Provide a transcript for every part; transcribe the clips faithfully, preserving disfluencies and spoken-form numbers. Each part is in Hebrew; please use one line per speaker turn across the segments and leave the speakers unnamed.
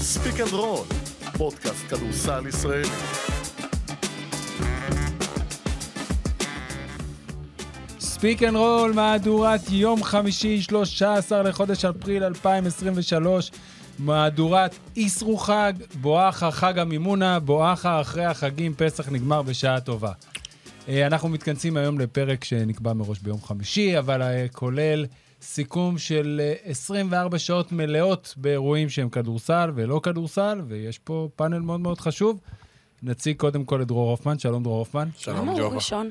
ספיק אנד רול, פודקאסט כדורסל ישראלי.
ספיק אנד רול, מהדורת יום חמישי, שלושה עשר לחודש אפריל אלפיים עשרים ושלוש, מהדורת איסרו חג, בואכה חג המימונה, בואכה אחרי החגים, פסח נגמר בשעה טובה. אנחנו מתכנסים היום לפרק שנקבע מראש ביום חמישי, אבל כולל סיכום של עשרים וארבע שעות מלאות באירועים שהם כדורסל ולא כדורסל, ויש פה פאנל מאוד מאוד חשוב. נציג קודם כל את דרור הופמן. שלום דרור הופמן.
שלום ג'ובה.
ראשון.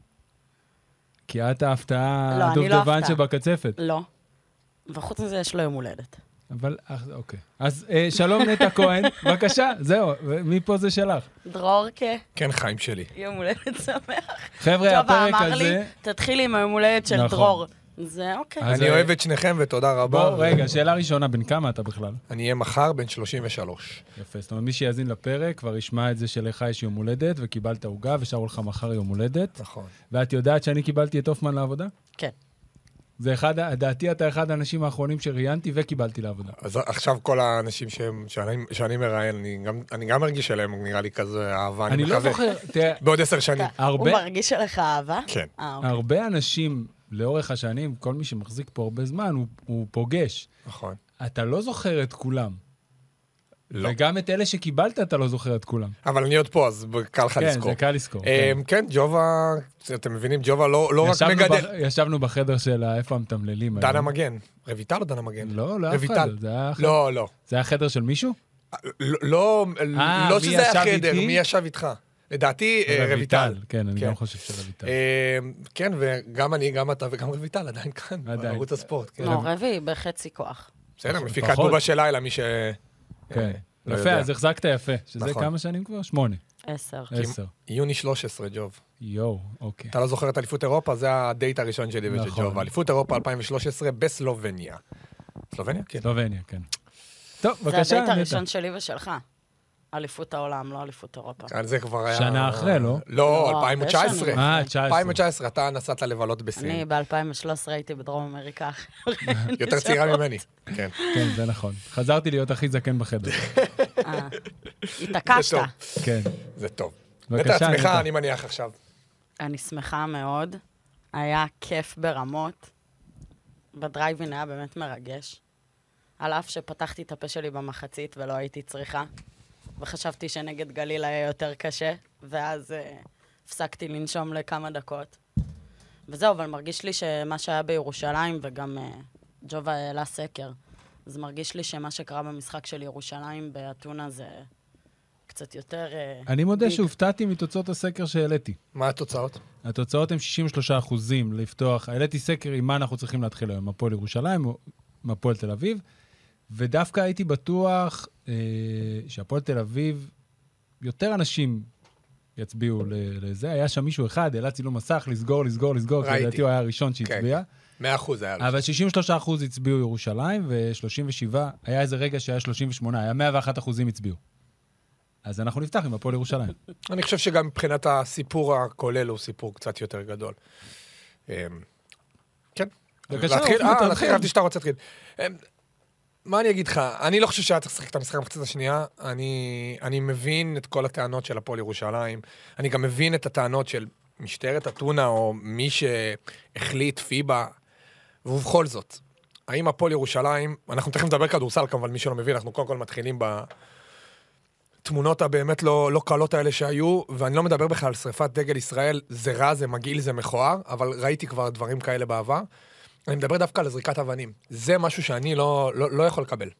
כי את ההפתעה
לא, אני לא
הדובדבן
הפתעה.
שבקצפת.
לא. וחוץ מזה יש לו יום הולדת.
אבל, אוקיי. אז אה, שלום נטע כהן, בבקשה, זהו, מפה זה שלך.
דרור כ...
כן, חיים שלי.
יום הולדת שמח.
חבר'ה,
ג'ובה
הפרק
אמר
הזה...
לי, תתחילי עם היום הולדת של
נכון.
דרור. זה אוקיי.
אז,
אני
אה,
אוהב את שניכם ותודה רבה.
בוא, רגע, שאלה ראשונה, בן כמה אתה בכלל?
אני אהיה מחר בן שלושים ושלוש.
יפה, זאת אומרת, מי שיאזין לפרק כבר ישמע את זה שלך יש יום הולדת, וקיבלת עוגה, ושארו לך מחר יום הולדת.
נכון.
ואת יודעת שאני קיבלתי את הופמן לעבודה?
כן.
זה אחד, דעתי אתה אחד האנשים האחרונים שראיינתי וקיבלתי לעבודה.
אז עכשיו כל האנשים שהם, שאני, שאני מראיין, אני גם, אני גם מרגיש אליהם, נראה לי כזה אהבה.
אני לא
מקווה.
זוכר, תראה,
בעוד עשר שנים.
הוא
הרבה,
מרגיש עליך אהבה?
כן.
אה, אוקיי.
הרבה אנשים לאורך השנים, כל מי שמחזיק פה הרבה זמן, הוא, הוא פוגש.
נכון.
אתה לא זוכר את כולם.
לא.
וגם את אלה שקיבלת, אתה לא זוכר את כולם.
אבל אני עוד פה, אז קל לך
כן,
לזכור.
זה קל לזכור.
אה,
כן.
כן, ג'ובה, אתם מבינים, ג'ובה לא לא רק
ישבנו
מגדל.
בח- ישבנו בחדר של איפה המתמללים.
דנה
היום.
מגן. רויטל או דנה מגן?
לא, לא היה
רויטל.
חדר. זה היה חדר.
לא, לא.
זה היה חדר של מישהו?
לא, לא,
אה,
לא
מי
שזה היה
ישב
חדר,
איתי?
מי ישב איתך. לדעתי, אה, רויטל.
כן, אני
כן.
גם חושב שרויטל.
אה, כן, וגם אני, גם אתה וגם רויטל, עדיין כאן,
עדיין.
בערוץ הספורט. כן.
לא, רבי, בחצי כוח.
בסדר,
פחות.
מפיקת בובה של לילה, מי ש...
כן.
לא
יפה,
יודע.
אז החזקת יפה. שזה
נכון.
כמה שנים כבר? שמונה.
עשר.
עשר.
יוני שלוש עשרה, ג'וב.
יואו, אוקיי.
אתה לא זוכר את אליפות אירופה? זה הדייט הראשון שלי ושל
נכון.
ג'וב. אליפות אירופה אלפיים ושלוש עשרה בסלובניה. סלובניה? כן.
סלובניה, כן. טוב,
זה
בבקשה,
הדייט
נטע.
הראשון שלי ושלך. אליפות העולם, לא אליפות אירופה.
על זה כבר היה...
שנה אחרי, לא?
לא,
לא,
אלפיים ותשע עשרה.
הרבה שנים.
אה, תשע עשרה.
אלפיים ותשע עשרה, אתה נסעת לבלות
אני
בסין.
ב-אלפיים ושלוש עשרה הייתי בדרום אמריקה.
יותר צעירה ממני. כן.
כן, זה נכון. חזרתי להיות הכי זקן בחדר.
אה, התעקשת.
זה טוב.
כן.
זה טוב.
בבקשה,
את עצמך,
נטע.
אני מניח עכשיו.
אני שמחה מאוד. היה כיף ברמות. בדרייבין היה באמת מרגש. על אף שפתחתי את הפה שלי במחצית ולא הייתי צריכה. וחשבתי שנגד גליל היה יותר קשה. ואז uh, הפסקתי לנשום לכמה דקות. וזהו, אבל מרגיש לי שמה שהיה בירושלים, וגם uh, ג'ובה העלה סקר, אז מרגיש לי שמה שקרה במשחק של ירושלים באתונה זה קצת יותר... Uh,
אני מודה
ביג.
שהופתעתי מתוצאות הסקר שהעליתי.
מה התוצאות?
התוצאות הן שישים ושלושה אחוזים לפתוח. העליתי סקר עם מה אנחנו צריכים להתחיל היום, הפועל ירושלים או הפועל תל אביב, ודווקא הייתי בטוח אה, שהפועל תל אביב, יותר אנשים יצביעו לזה. היה שם מישהו אחד, העלה צילום מסך, לסגור, לסגור, לסגור, כי
ראיתי.
לדעתי הוא היה הראשון שהצביע.
מאה אחוז היה לו.
אבל שישים ושלושה אחוז הצביעו ירושלים, ו-שלושים ושבעה, היה איזה רגע שהיה שלושים ושמונה, היה מאה ואחד אחוזים הצביעו. אז אנחנו נפתח עם הפועל ירושלים.
אני חושב שגם מבחינת הסיפור הכולל הוא סיפור קצת יותר גדול. אמ, כן.
בבקשה,
להתחיל?
אופן,
אה,
תתחיל.
להתחיל, חשבתי שאתה רוצה להתחיל. אמ, מה אני אגיד לך? אני לא חושב שהיה צריך לשחק את המשחק במחצית השנייה. אני, אני מבין את כל הטענות של הפועל ירושלים. אני גם מבין את הטענות של משטרת אתונה, או מי שהחליט פיבה. ובכל זאת, האם הפועל ירושלים, אנחנו תכף נדבר כדורסל כמובן, מי שלא מבין, אנחנו קודם כל מתחילים בתמונות הבאמת לא, לא קלות האלה שהיו, ואני לא מדבר בכלל על שריפת דגל ישראל, זה רע, זה מגעיל, זה מכוער, אבל ראיתי כבר דברים כאלה בעבר. אני מדבר דווקא על זריקת אבנים. זה משהו שאני לא, לא, לא יכול לקבל.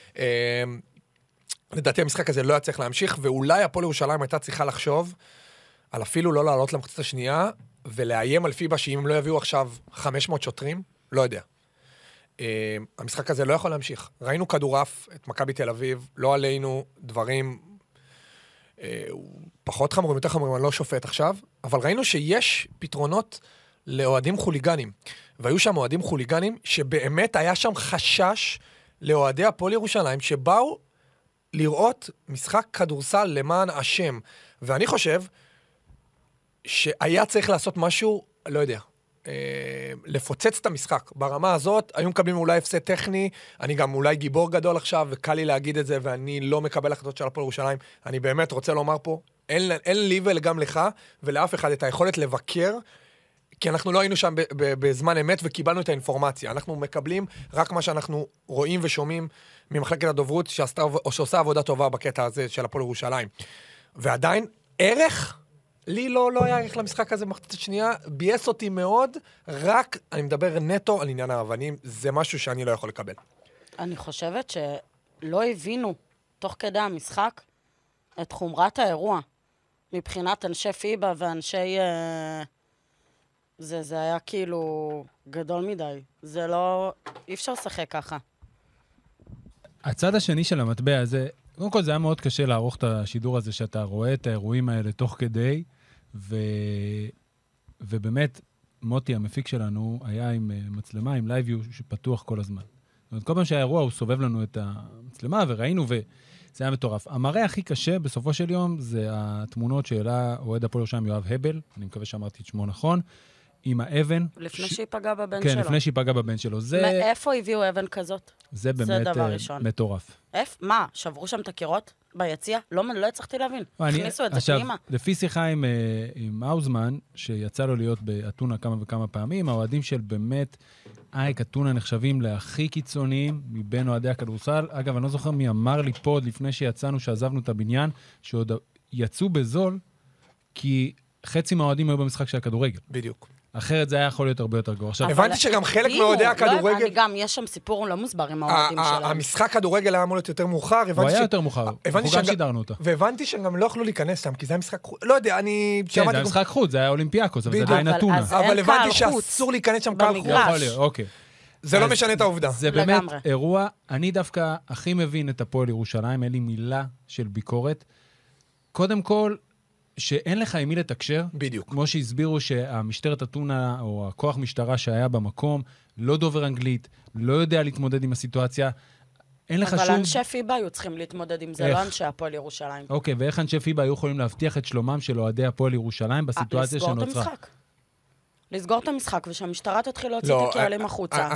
לדעתי המשחק הזה לא היה צריך להמשיך, ואולי הפועל ירושלים הייתה צריכה לחשוב על אפילו לא לעלות למחצית השנייה, ולאיים על פיבה שאם הם לא יביאו עכשיו חמש מאות שוטרים, לא יודע. Uh, המשחק הזה לא יכול להמשיך. ראינו כדורף, את מכבי תל אביב, לא עלינו דברים uh, פחות חמורים, יותר חמורים, אני לא שופט עכשיו, אבל ראינו שיש פתרונות לאוהדים חוליגנים. והיו שם אוהדים חוליגנים שבאמת היה שם חשש לאוהדי הפועל ירושלים, שבאו לראות משחק כדורסל למען השם. ואני חושב שהיה צריך לעשות משהו, לא יודע, לפוצץ את המשחק. ברמה הזאת, היו מקבלים אולי הפסד טכני, אני גם אולי גיבור גדול עכשיו, וקל לי להגיד את זה, ואני לא מקבל החלטות של הפועל ירושלים. אני באמת רוצה לומר פה, אין, אין לי וגם לך, ולאף אחד את היכולת לבקר, כי אנחנו לא היינו שם בזמן אמת, וקיבלנו את האינפורמציה. אנחנו מקבלים רק מה שאנחנו רואים ושומעים ממחלקת הדוברות, שעשתה, או שעושה עבודה טובה בקטע הזה של הפועל ירושלים. ועדיין, ערך, לי לא, לא היה ערך למשחק הזה במחצית שנייה, בייס אותי מאוד, רק, אני מדבר נטו על עניין האבנים, זה משהו שאני לא יכול לקבל.
אני חושבת שלא הבינו, תוך כדי המשחק, את חומרת האירוע. מבחינת אנשי פיבה ואנשי... זה, זה היה כאילו גדול מדי. זה לא... אי אפשר לשחק ככה.
הצד השני של המטבע הזה, קודם כל זה היה מאוד קשה לערוך את השידור הזה, שאתה רואה את האירועים האלה תוך כדי, ו... ובאמת, מוטי, המפיק שלנו, היה עם מצלמה, עם לייב-יו שפתוח כל הזמן. זאת אומרת, כל פעם שהאירוע הוא סובב לנו את המצלמה, וראינו, וזה היה מטורף. המראה הכי קשה בסופו של יום, זה התמונות שאלה אוהד הפועל ירושלים יואב הבל, אני מקווה שאמרתי את שמו נכון, עם האבן.
לפני ש... שהיא פגעה בבן
כן,
שלו.
כן, לפני שהיא פגעה בבן שלו. זה...
מאיפה הביאו אבן כזאת?
זה באמת uh, מטורף.
איפה? מה? שברו שם את הקירות ביציאה? לא, לא הצלחתי להבין. הכניסו את זה
עכשיו,
פנימה.
לפי שיחה עם, עם האוזמן, שיצא לו להיות באתונה כמה וכמה פעמים, האוהדים של באמת, אייק, אתונה נחשבים להכי קיצוניים מבין אוהדי הכדורסל. אגב, אני לא זוכר מי אמר לי פה, לפני שיצאנו, שעזבנו את הבניין, שעוד יצאו בזול, כי חצי מהאוהדים היו במשחק של הכדורגל.
בדיוק.
אחרת זה היה יכול להיות הרבה יותר גרוע.
הבנתי שגם חלק מאוהדי הכדורגל...
אני גם, יש שם סיפור לא מוסבר עם האוהדים שלהם.
המשחק כדורגל היה אמור להיות יותר מאוחר.
הוא היה יותר מאוחר, אנחנו גם שידרנו אותה.
והבנתי שהם גם לא יכלו להיכנס שם, כי זה היה משחק חוץ. לא יודע, אני...
כן, זה היה משחק חוץ, זה היה אולימפיאקוס, אבל זה עדיין אתונה.
אבל הבנתי שאסור להיכנס שם קהל חוץ.
יכול להיות, אוקיי.
זה לא משנה את העובדה.
זה באמת אירוע, אני דווקא הכי מבין את הפועל ירושלים, אין לי מילה של ביקורת. קודם כל, שאין לך עם מי לתקשר.
בדיוק.
כמו שהסבירו שהמשטרת אתונה, או הכוח משטרה שהיה במקום, לא דובר אנגלית, לא יודע להתמודד עם הסיטואציה. אין לך שום...
אבל אנשי פיבה היו צריכים להתמודד עם זה, לא אנשי הפועל ירושלים.
אוקיי, ואיך אנשי פיבה היו יכולים להבטיח את שלומם של אוהדי הפועל ירושלים בסיטואציה שנוצרה?
לסגור את המשחק. לסגור את המשחק, ושהמשטרה תתחיל להוציא את הקהלים החוצה,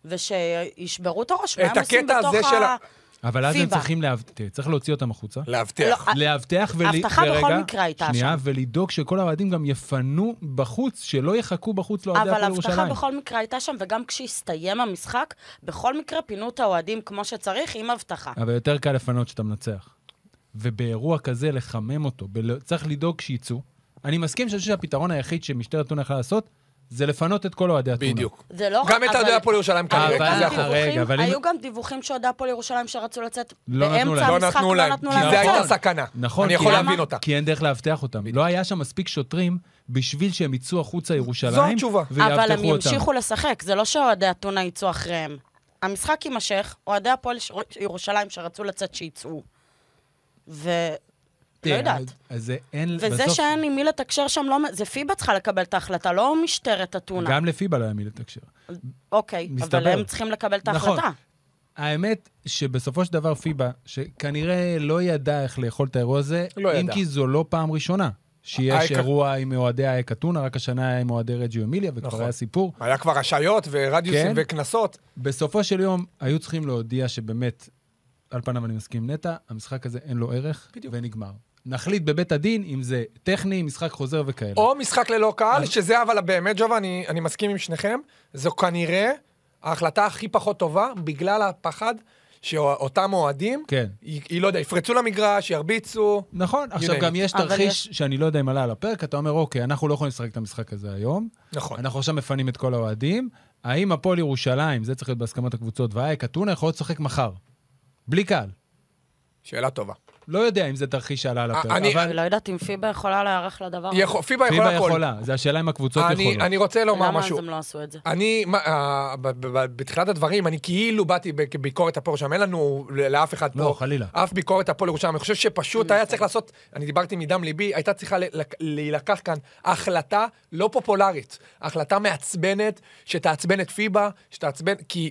ושישברו את הראש, מה הם עושים בתוך ה...
אבל אז הם צריכים להבטיח, צריך להוציא אותם החוצה.
להבטיח.
להבטיח
הבטחה בכל מקרה הייתה שם.
שנייה, ולדאוג שכל האוהדים גם יפנו בחוץ, שלא יחכו בחוץ לאוהדי הפועל ירושלים.
אבל הבטחה בכל מקרה הייתה שם, וגם כשהסתיים המשחק, בכל מקרה פינו את האוהדים כמו שצריך, עם הבטחה.
אבל יותר קל לפנות שאתה מנצח. ובאירוע כזה לחמם אותו, צריך לדאוג שיצאו. אני מסכים שאני חושב שהפתרון היחיד שמשטרת אתונה יכולה לעשות, זה לפנות את כל אוהדי אתונה.
בדיוק. גם את אוהדי הפועל ירושלים כנראה.
היו גם דיווחים שאוהדי הפועל ירושלים שרצו לצאת
באמצע
המשחק,
לא נתנו להם, כי זה הייתה סכנה.
נכון.
אני יכול להבין אותה.
כי אין דרך להבטיח אותם. לא היה שם מספיק שוטרים בשביל שהם יצאו החוצה ירושלים.
זו התשובה.
אבל הם ימשיכו לשחק, זה לא שאוהדי אתונה יצאו אחריהם. המשחק יימשך, אוהדי הפועל ירושלים שרצו לצאת שיצאו. ו... לא יודעת. וזה שאין עם מי לתקשר שם, זה פיבה צריכה לקבל את ההחלטה, לא משטרת אתונה.
גם לפיבה לא היה מי לתקשר.
אוקיי, אבל הם צריכים לקבל את ההחלטה.
האמת שבסופו של דבר פיבה, שכנראה לא ידע איך לאכול את האירוע הזה, אם כי זו לא פעם ראשונה, שיש אירוע עם אוהדי אייק אתונה, רק השנה היה עם אוהדי רג'יו אמיליה, וכבר היה סיפור.
היה כבר השעיות ורדיוסים וכנסות.
בסופו של יום היו צריכים להודיע שבאמת, על פניו אני מסכים נטע, המשחק הזה אין לו ערך, ונגמר. נחליט בבית הדין אם זה טכני, משחק חוזר וכאלה.
או משחק ללא קהל, שזה אבל באמת, ג'ובה, אני, אני מסכים עם שניכם, זו כנראה ההחלטה הכי פחות טובה, בגלל הפחד שאותם אוהדים,
כן.
היא, היא לא יודע, יפרצו למגרש, ירביצו.
נכון, עכשיו גם יש תרחיש יש... שאני לא יודע אם עלה על הפרק, אתה אומר, אוקיי, אנחנו לא יכולים לשחק את המשחק הזה היום.
נכון.
אנחנו עכשיו מפנים את כל האוהדים. האם הפועל ירושלים, זה צריך להיות בהסכמת הקבוצות, והאייק אתונה יכול לשחק מחר? בלי קהל.
שאלה טובה.
לא יודע אם זה תרחיש שעלה על הפרק.
אני לא יודעת אם פיבה יכולה להיערך לדבר הזה.
פיבה יכולה הכל.
זה השאלה אם הקבוצות יכולות.
אני רוצה לומר משהו.
למה אז הם לא עשו את זה?
אני, בתחילת הדברים, אני כאילו באתי בביקורת הפועל ירושלים, אין לנו לאף אחד פה.
לא, חלילה.
אף ביקורת הפועל ירושלים. אני חושב שפשוט היה צריך לעשות, אני דיברתי מדם ליבי, הייתה צריכה להילקח כאן החלטה לא פופולרית, החלטה מעצבנת, שתעצבן את פיבה, שתעצבן, כי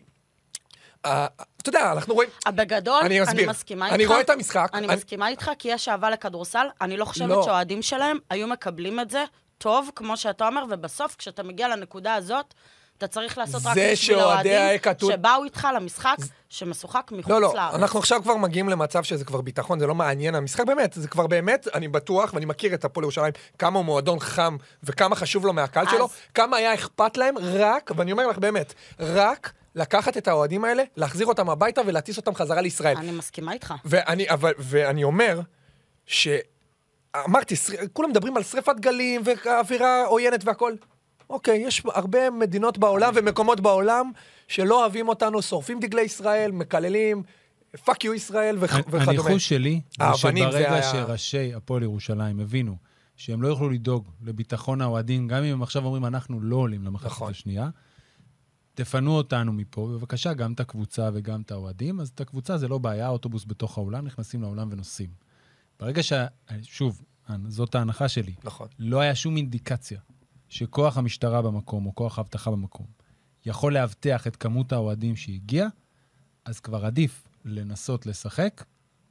אתה יודע, אנחנו רואים...
בגדול, אני מסכימה איתך.
אני רואה את המשחק.
אני מסכימה איתך, כי יש אהבה לכדורסל. אני לא חושבת שהאוהדים שלהם היו מקבלים את זה טוב, כמו שאתה אומר, ובסוף, כשאתה מגיע לנקודה הזאת, אתה צריך לעשות רק
זה
בשביל
שאוהדי
האוהדים,
ההקטון-
שבאו איתך למשחק, שמשוחק מחוץ
לא, לא,
לארץ.
אנחנו עכשיו כבר מגיעים למצב שזה כבר ביטחון, זה לא מעניין, המשחק באמת, זה כבר באמת, אני בטוח, ואני מכיר את הפועל ירושלים, כמה הוא מועדון חם, וכמה חשוב לו מהקהל
אז-
שלו, כמה היה אכפת להם, רק, ואני אומר לך באמת, רק לקחת את האוהדים האלה, להחזיר אותם הביתה ולהטיס אותם חזרה לישראל.
אני מסכימה איתך.
ואני, אבל, ואני אומר, ש... אמרתי, שר- כולם מדברים על שריפת גלים, ואווירה עוינת והכל. אוקיי, יש הרבה מדינות בעולם ומקומות בעולם שלא אוהבים אותנו, שורפים דגלי ישראל, מקללים, פאק יו ישראל וכ- וכדומה.
הניחוש שלי, זה
האבנים זה
שברגע
היה-
שראשי הפועל ירושלים הבינו שהם לא יוכלו לדאוג לביטחון האוהדים, גם אם הם עכשיו אומרים, אנחנו לא עולים למחצית
נכון.
השנייה, תפנו אותנו מפה, בבקשה, גם את הקבוצה וגם את האוהדים, אז את הקבוצה זה לא בעיה, האוטובוס בתוך האולם, נכנסים לאולם ונוסעים. ברגע ש... שוב, זאת ההנחה שלי.
נכון.
לא היה שום אינדיקציה שכוח המשטרה במקום, או כוח האבטחה במקום, יכול להבטיח את כמות האוהדים שהגיע, אז כבר עדיף לנסות לשחק,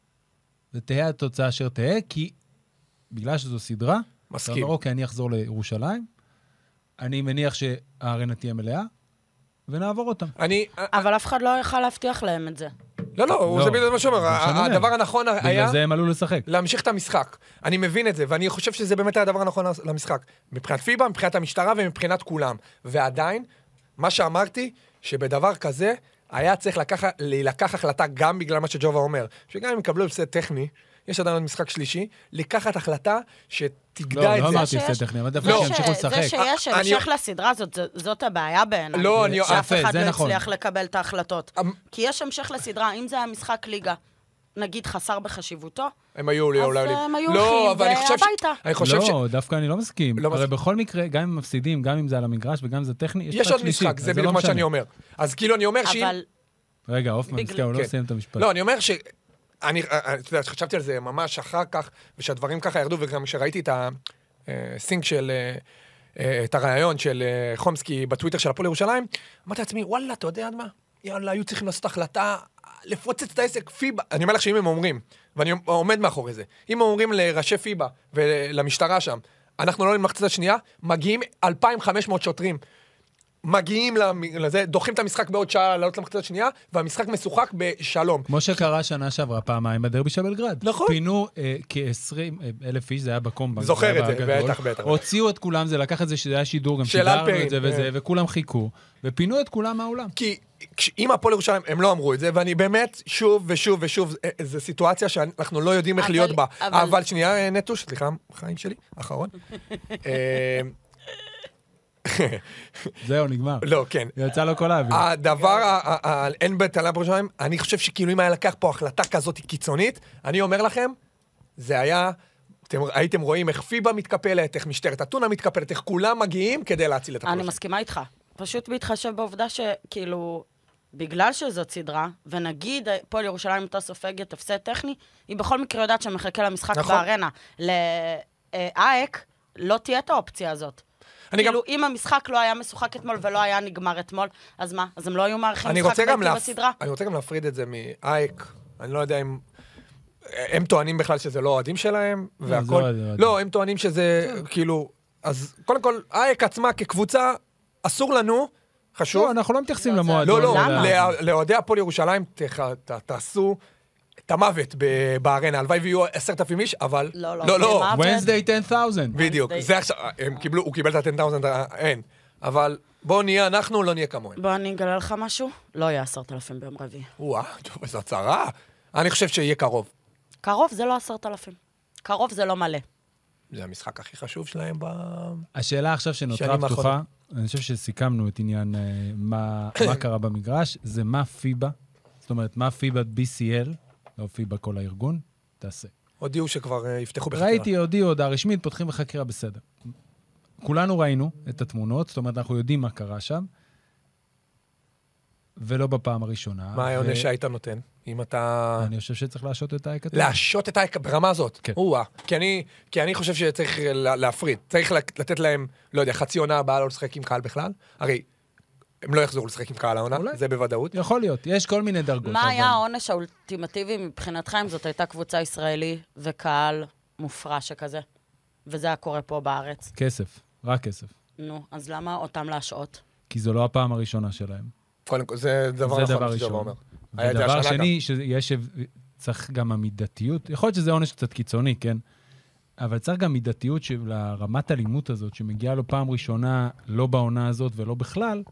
ותהיה התוצאה אשר תהיה, כי בגלל שזו סדרה,
מסכים.
אתה אומר, אוקיי, אני אחזור לירושלים, אני מניח שהארנה תהיה מלאה, ונעבור אותם.
אני...
אבל אף אחד לא יכל להבטיח להם את זה.
לא, לא,
לא,
זה בדיוק מה שאומר.
זה מה שאני אומר.
הדבר הנכון היה...
בגלל זה הם עלו לשחק.
להמשיך את המשחק. אני מבין את זה, ואני חושב שזה באמת היה הדבר הנכון למשחק. מבחינת פיבה, מבחינת המשטרה ומבחינת כולם. ועדיין, מה שאמרתי, שבדבר כזה, היה צריך לקח, לקח החלטה גם בגלל מה שג'ובה אומר. שגם אם יקבלו הפסד טכני, יש עדיין עוד משחק שלישי, לקחת החלטה שתגדע
לא,
את
לא
זה.
אמרתי
שיש-
הפסד טכני, אבל דווקא
זה
שימשיכו
ש-
לשחק.
זה שיש
אני-
המשך לסדרה הזאת, ז- זאת הבעיה בעיניי.
לא, אני-
שאף
יפה,
אחד
זה
לא
נכון.
הצליח לקבל את ההחלטות.
אמ-
כי יש המשך לסדרה, אם זה היה משחק ליגה, נגיד חסר בחשיבותו,
הם היו לי
אז
אולי...
הם היו
לא,
הולכים
אבל אני חושב ש-
והביתה.
אני חושב ש...
לא, דווקא אני לא מסכים.
לא
הרי
מסכים.
בכל מקרה, גם אם הם מפסידים, גם אם זה על המגרש וגם אם זה טכני, יש
יש
משחק
עוד
שלישי,
משחק,
אז
זה
לא
בדיוק מה
משנה.
שאני אומר. אז כאילו אני אומר שאם...
אבל
רגע, הופמן,
בגלל-
מסכים, הוא לא
כן.
מסיים את המשפט.
לא, אני אומר ש... אני, אתה יודע, חשבתי על זה ממש אחר כך, ושהדברים ככה ירדו, וגם כשראיתי את הסינק של, את הרעיון של חומסקי בטוויטר של הפועל ירושלים, אמרתי לעצמי, וואלה, אתה יודע מה? יאללה, היו צריכים לעשות החלטה, לפוצץ את העסק, פיבה. אני אומר לך שאם הם אומרים, ואני עומד מאחורי זה, אם הם אומרים לראשי פיבה ולמשטרה שם, אנחנו לא למחצית השנייה, מגיעים אלפיים וחמש מאות שוטרים. מגיעים לזה, דוחים את המשחק בעוד שעה לעלות למחצית השנייה, והמשחק משוחק בשלום.
כמו שקרה שנה שעברה פעמיים בדרבי של בלגרד.
נכון.
פינו אה, כ-עשרים אלף איש, זה היה בקום.
זוכר את זה,
הגדול.
בטח, בטח.
הוציאו את כולם, זה לקח את זה שזה היה שידור, גם
של
שידרנו
אלפרין,
את זה וזה,
כן.
וכולם חיכו, ופינו את כולם מהאולם.
כי כש- אם הפועל ירושלים, הם לא אמרו את זה, ואני באמת, שוב ושוב ושוב, אה, זו סיטואציה שאנחנו לא יודעים איך
אבל-
להיות בה.
אבל-
אבל שנייה, אה, נטוש, סליחה, חיים שלי, אחרון. אה,
זהו, נגמר.
לא, כן.
יצא לו כל האוויר.
הדבר, ה- ה- ה- אין בטלה בירושלים, אני חושב שכאילו אם היה לקח פה החלטה כזאת קיצונית, אני אומר לכם, זה היה, אתם הייתם רואים איך פיבה מתקפלת, איך משטרת אתונה מתקפלת, איך כולם מגיעים כדי להציל את הפועל.
אני מסכימה איתך. פשוט בהתחשב בעובדה שכאילו, בגלל שזאת סדרה, ונגיד פועל ירושלים הייתה סופגת הפסד טכני, היא בכל מקרה יודעת שמחכה למשחק
נכון.
בארנה. לאייק לא תהיה את האופציה הזאת.
אני
כאילו, אם המשחק לא היה משוחק אתמול ולא היה נגמר אתמול, אז מה? אז הם לא היו מארחים
אני
משחק
רוצה גם
ביתי
להפ-
בסדרה?
אני רוצה גם להפריד את זה מאייק, אני לא יודע אם... הם טוענים בכלל שזה לא אוהדים שלהם,
זה
והכל...
אוהדים.
לא, הם טוענים שזה כאילו... אז קודם כל, אייק עצמה כקבוצה, אסור לנו, חשוב...
לא, אנחנו לא מתייחסים
לא, זה-
למועדון.
לא, לא,
למה?
לא- לאוהדי הפועל ירושלים, תח- ת- תעשו את המוות ב- בארנה, הלוואי ויהיו עשרת אלפים איש, אבל...
לא, לא,
לא, לא,
מה?
Wednesday עשרת אלפים.
בדיוק,
Wednesday.
זה עכשיו, הם קיבלו, הוא קיבל את ה-עשרת אלפים, אין. אבל בואו נהיה אנחנו, לא נהיה כמוהם.
בוא אני אגלה לך משהו, לא יהיה עשרת אלפים ביום רביעי.
וואו, טוב, איזו הצהרה. אני חושב שיהיה קרוב.
קרוב זה לא עשרת אלפים. קרוב זה לא מלא.
זה המשחק הכי חשוב שלהם ב...
השאלה עכשיו שנותרה
שנים
פתוחה,
האחרונות.
אני חושב שסיכמנו את עניין אה, מה מה קרה במגרש, זה מה פיבה, זאת אומרת, מה פיבה בי סי אל, לא פיבה כל הארגון, תעשה.
הודיעו שכבר אה, יפתחו בחקירה.
ראיתי, הודיעו הודעה רשמית, פותחים בחקירה בסדר. כולנו ראינו את התמונות, זאת אומרת, אנחנו יודעים מה קרה שם, ולא בפעם הראשונה.
מה
ו-
העונש שהיית נותן? אם אתה...
אני חושב שצריך להשעות את האייק.
להשעות את האייק ברמה הזאת.
כן.
או-אה. כי אני, כי אני חושב שצריך לה- להפריד. צריך לתת להם, לא יודע, חצי עונה הבאה לא לשחק עם קהל בכלל. הרי הם לא יחזרו לשחק עם קהל העונה,
אולי.
זה בוודאות.
יכול להיות, יש כל מיני דרגות.
מה
אבל-
היה העונש האולטימטיבי מבחינתך אם זאת הייתה קבוצה ישראלי וקהל מופרע שכזה? וזה היה קורה פה בארץ.
כסף, רק כסף.
נו, אז למה אותם להשעות?
כי זו לא הפעם הראשונה שלהם.
קודם כל, זה דבר
זה דבר
נכון שג'ובה
ראשון.
אומר. היה את זה
ודבר
השנה
שני, שיש, צריך גם המידתיות, יכול להיות שזה עונש קצת קיצוני, כן? אבל צריך גם מידתיות של הרמת אלימות הזאת, שמגיעה לו פעם ראשונה, לא בעונה הזאת ולא בכלל,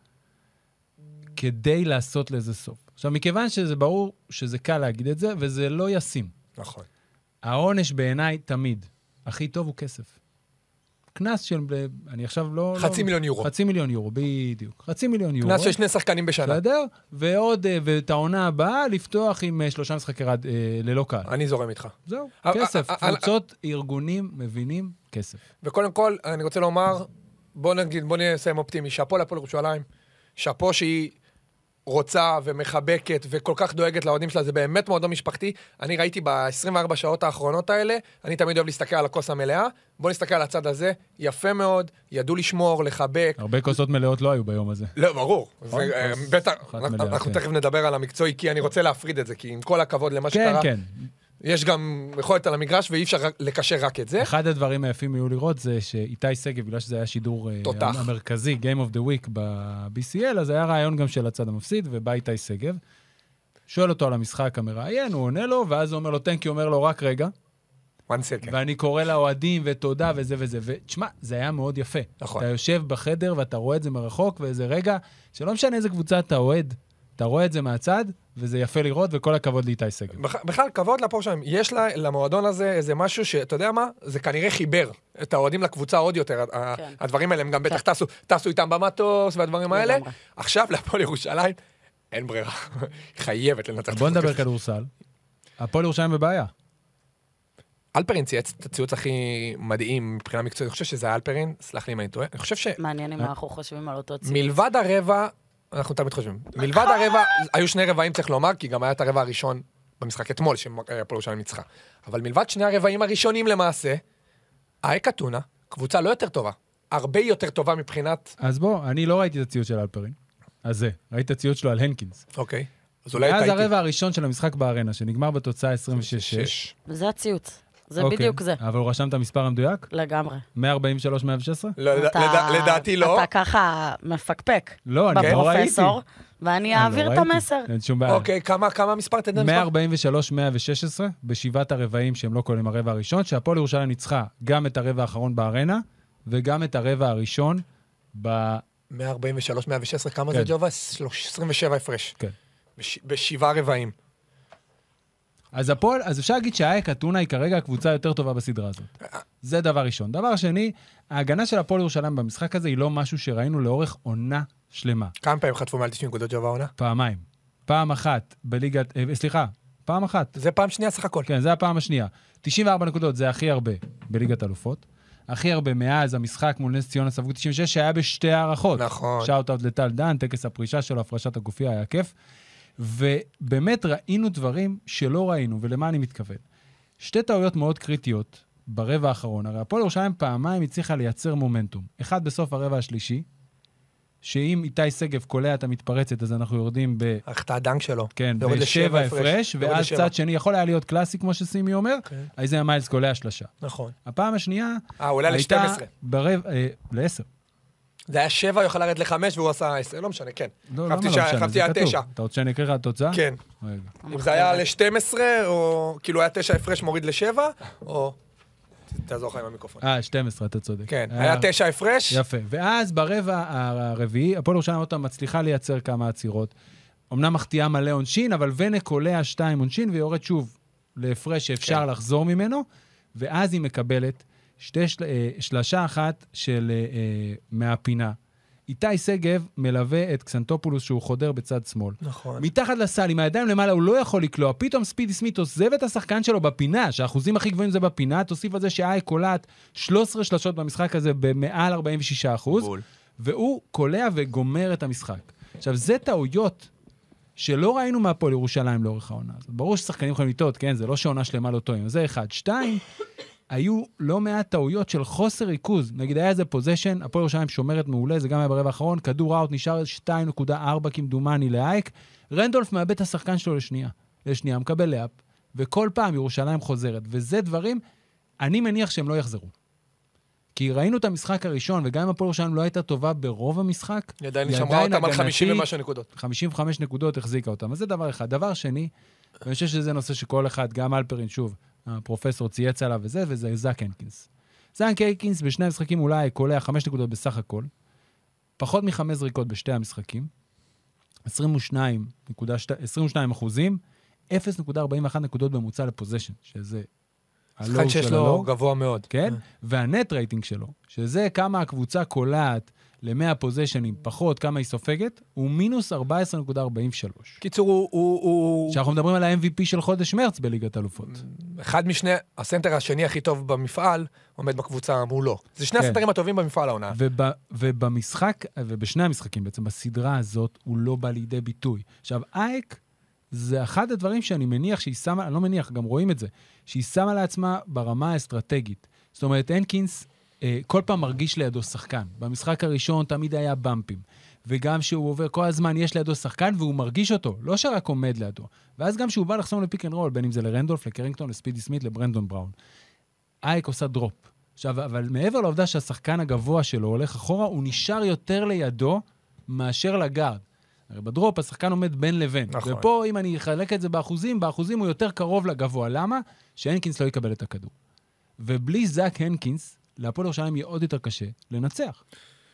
כדי לעשות לזה סוף. עכשיו, מכיוון שזה ברור שזה קל להגיד את זה, וזה לא ישים.
נכון.
העונש בעיניי תמיד, הכי טוב הוא כסף. קנס של, אני עכשיו לא...
חצי
לא,
מיליון יורו.
חצי מיליון יורו, בדיוק. חצי מיליון יורו.
קנס של שני שחקנים בשנה.
בסדר? ועוד, ואת העונה הבאה, לפתוח עם שלושה משחקי רד ללא קהל.
אני זורם איתך.
זהו,
אה,
כסף.
אה, אה,
קבוצות, ארגונים, מבינים, כסף.
וקודם כל, אני רוצה לומר, בוא נגיד, בוא נסיים אופטימי, שאפו להפועל ירושלים, שאפו שהיא רוצה ומחבקת וכל כך דואגת לאוהדים שלה, זה באמת מאוד משפחתי. אני ראיתי ב-עשרים וארבע שעות האחרונות האלה, אני תמיד אוהב להסתכל על הכוס המלאה, בוא נסתכל על הצד הזה, יפה מאוד, ידעו לשמור, לחבק.
הרבה כוסות מלאות לא היו ביום הזה.
לא, ברור. זה, אה, בטח,
אחת מלאה,
אנחנו
כן.
תכף נדבר על המקצועי, כי אני רוצה להפריד את זה, כי עם כל הכבוד למה
כן,
שקרה,
כן.
יש גם יכולת על המגרש, ואי אפשר רק- לקשר רק את זה.
אחד הדברים היפים היו לראות זה שאיתי סגב, בגלל שזה היה שידור אה,
תותח.
המרכזי, Game of the Week ב-בי סי אל, אז היה רעיון גם של הצד המפסיד, ובא איתי סגב. שואל אותו על המשחק המראיין, הוא עונה לו, ואז הוא אומר לו, תנקי, אומר לו, רק רגע.
one second.
ואני קורא לאוהדים, ותודה, וזה וזה. ותשמע, זה היה מאוד יפה.
נכון.
אתה יושב בחדר, ואתה רואה את זה מרחוק, ואיזה רגע, שלא משנה איזה קבוצה אתה אוהד, אתה רואה את זה מהצד, וזה יפה לראות, וכל הכבוד לאיתי סגב.
בכ- בכלל, כבוד לפור שלהם. יש לה, למועדון הזה איזה משהו שאתה יודע מה? זה כנראה חיבר את האוהדים לקבוצה עוד יותר. ה-
כן.
הדברים האלה הם גם בטח טסו, טסו איתם במטוס והדברים האלה.
לגמרי.
עכשיו להפועל ירושלים, אין ברירה. היא חייבת לנצח.
בוא נדבר כדורסל. הפועל ירושלים בבעיה.
אלפרין צייץ את הציוץ הכי מדהים מבחינה מקצועית. אני חושב שזה אלפרין, סלח לי אם אני טועה. אני חושב
מעניין אם אנחנו חושבים על אותו ציון.
שמלבד הרבע, אנחנו תמיד חושבים, מלבד הרבע, היו שני רבעים צריך לומר, כי גם היה את הרבע הראשון במשחק אתמול, שהפועל ירושלים ניצחה. אבל מלבד שני הרבעים הראשונים למעשה, אייק אתונה, קבוצה לא יותר טובה, הרבה יותר טובה מבחינת...
אז בוא, אני לא ראיתי את הציוץ של אלפרין. אז זה, ראיתי את הציוץ שלו על הנקינס.
אוקיי. אז אולי
ואז
טעיתי.
הרבע הראשון של המשחק בארנה, שנגמר בתוצאה עשרים ושש שש.
שש.
זה הציוץ. זה
אוקיי.
בדיוק זה.
אבל הוא רשם את המספר המדויק?
לגמרי.
מאה ארבעים ושלוש מאה ושש עשרה?
לא, לד-
אתה-
לד- לדעתי לא.
אתה ככה מפקפק.
לא, אני לא ראיתי.
בפרופסור, ואני
אני
אעביר
לא
את
ראיתי.
המסר.
אין שום בעיה.
אוקיי, כמה כמה מספר תדע
מאה
מספר?
ארבעים ושלוש מאה ושש עשרה, בשבעת הרבעים שהם לא כוללים הרבע הראשון, שהפועל ירושלים ניצחה גם את הרבע האחרון בארנה, וגם את הרבע הראשון ב...
מאה ארבעים ושלוש מאה ושש עשרה, כמה
כן.
זה ג'ובה? עשרים ושבע הפרש.
כן.
בש- בשבעה רבעים.
אז הפועל, אז אפשר להגיד שהאייק אתונה היא כרגע הקבוצה היותר טובה בסדרה הזאת. זה דבר ראשון. דבר שני, ההגנה של הפועל ירושלים במשחק הזה היא לא משהו שראינו לאורך עונה שלמה.
כמה פעמים חטפו מעל תשעים נקודות ג'ובה העונה?
פעמיים. פעם אחת בליגת... אה, סליחה, פעם אחת.
זה פעם שנייה סך הכל.
כן, זה הפעם השנייה. תשעים וארבע נקודות זה הכי הרבה בליגת אלופות. הכי הרבה מאז המשחק מול נס ציונה ספגו תשעים ושש, שהיה בשתי הערכות.
נכון.
שאוט-אוט לטל דן, טקס הפרישה שלו, הפרשת הגופייה, היה כיף. ובאמת ראינו דברים שלא ראינו, ולמה אני מתכוון? שתי טעויות מאוד קריטיות ברבע האחרון. הרי הפועל ירושלים פעמיים הצליחה לייצר מומנטום. אחד בסוף הרבע השלישי, שאם איתי סגב קולע את המתפרצת, אז אנחנו יורדים ב...
החטאת דנק שלו.
כן,
יורד
בשבע
לשבע
הפרש,
יורד
ואז
לשבע.
צד שני יכול היה להיות קלאסי, כמו שסימי אומר,
כן.
איזה מיילס קולע שלושה.
נכון.
הפעם השנייה
אה, הוא עולה
הייתה
ל-שתים עשרה.
ברבע... אה, לעשר.
זה היה שבע, הוא יכול לרדת לחמש, והוא עשה עשר. לא משנה, כן.
לא,
חשבתי
למה
שה-
לא משנה?
חשבתי
זה
היה
כתוב.
תשע.
אתה רוצה שאני אקריא לך את התוצאה?
כן.
רגע.
אם זה היה ל-שתים עשרה, או כאילו היה תשע הפרש מוריד לשבע, או... תעזור לך עם המיקרופון.
אה, שתים עשרה, אתה צודק.
כן, היה תשע הפרש.
יפה. ואז ברבע הרביעי, הפועל ירושלים אותה מצליחה לייצר כמה עצירות. אמנם מחטיאה מלא עונשין, אבל ונה קולע שתיים עונשין, ויורד שוב להפרש שאפשר
כן.
לחזור ממנו, ואז היא מקבלת שתי של... אה, שלשה אחת של אה, אה, מהפינה. איתי סגב מלווה את קסנטופולוס שהוא חודר בצד שמאל.
נכון.
מתחת לסל, עם הידיים למעלה, הוא לא יכול לקלוע. פתאום ספידי סמית עוזב את השחקן שלו בפינה, שהאחוזים הכי גבוהים זה בפינה, תוסיף על זה שהאי קולעת שלוש עשרה שלשות במשחק הזה במעל ארבעים ושישה אחוז,
בול.
והוא קולע וגומר את המשחק. עכשיו, זה טעויות שלא ראינו מהפועל ירושלים לאורך העונה הזאת. ברור ששחקנים יכולים לטעות, כן? זה לא שעונה שלמה לא טועים. זה אחד. שתיים, היו לא מעט טעויות של חוסר ריכוז. נגיד, היה איזה פוזיישן, הפועל ירושלים שומרת מעולה, זה גם היה ברבע האחרון, כדור אאוט נשאר שתיים נקודה ארבע כמדומני לאייק, רנדולף מאבד את השחקן שלו לשנייה. לשנייה, מקבל לאפ, וכל פעם ירושלים חוזרת. וזה דברים, אני מניח שהם לא יחזרו. כי ראינו את המשחק הראשון, וגם אם הפועל ירושלים לא הייתה טובה ברוב המשחק,
היא עדיין שמרה אותם על חמישים ומשהו נקודות.
חמישים וחמש נקודות החזיקה אותם. אז זה דבר אחד. דבר שני, ואני חושב שזה נושא שכל אחד, גם אלפרין, שוב, הפרופסור צייץ עליו וזה, וזה זאק הנקינס. זאק הנקינס בשני המשחקים אולי קולע חמש נקודות בסך הכל, פחות מחמש זריקות בשתי המשחקים, עשרים ושתיים אחוזים, אפס נקודה ארבעים ואחת נקודות בממוצע לפוזיישן, שזה
שחקן שיש לו גבוה מאוד.
כן? והנט רייטינג שלו, שזה כמה הקבוצה קולעת ל-מאה פוזיישנים פחות, כמה היא סופגת, הוא מינוס ארבע עשרה נקודה ארבעים ושלוש.
קיצור, הוא...
שאנחנו מדברים על ה-אם וי פי של חודש מרץ בליגת אלופות.
אחד משני, הסנטר השני הכי טוב במפעל, עומד בקבוצה מולו. זה שני הסנטרים הטובים במפעל העונה.
ובמשחק, ובשני המשחקים בעצם, בסדרה הזאת, הוא לא בא לידי ביטוי. עכשיו, אייק, זה אחד הדברים שאני מניח שהיא שמה, אני לא מניח, גם רואים את זה, שהיא שמה לעצמה ברמה האסטרטגית. זאת אומרת, הנקינס אה, כל פעם מרגיש לידו שחקן. במשחק הראשון תמיד היה במפים. וגם שהוא עובר כל הזמן, יש לידו שחקן, והוא מרגיש אותו, לא שרק עומד לידו. ואז גם שהוא בא לחסום לפיק אנד רול, בין אם זה לרנדולף, לקרינגטון, לספידי סמית, לברנדון בראון. אייק עושה דרופ. עכשיו, אבל מעבר לעובדה שהשחקן הגבוה שלו הולך אחורה, הוא נשאר יותר לידו מאשר לגארד. הרי בדרופ השחקן עומד בין לבין. נכון. ופה, אם אני אחלק את זה באחוזים, באחוזים הוא יותר קרוב לגבוה. למה? שהנקינס לא יקבל את הכדור. ובלי זאק הנקינס, להפועל ירושלים יהיה עוד יותר קשה לנצח.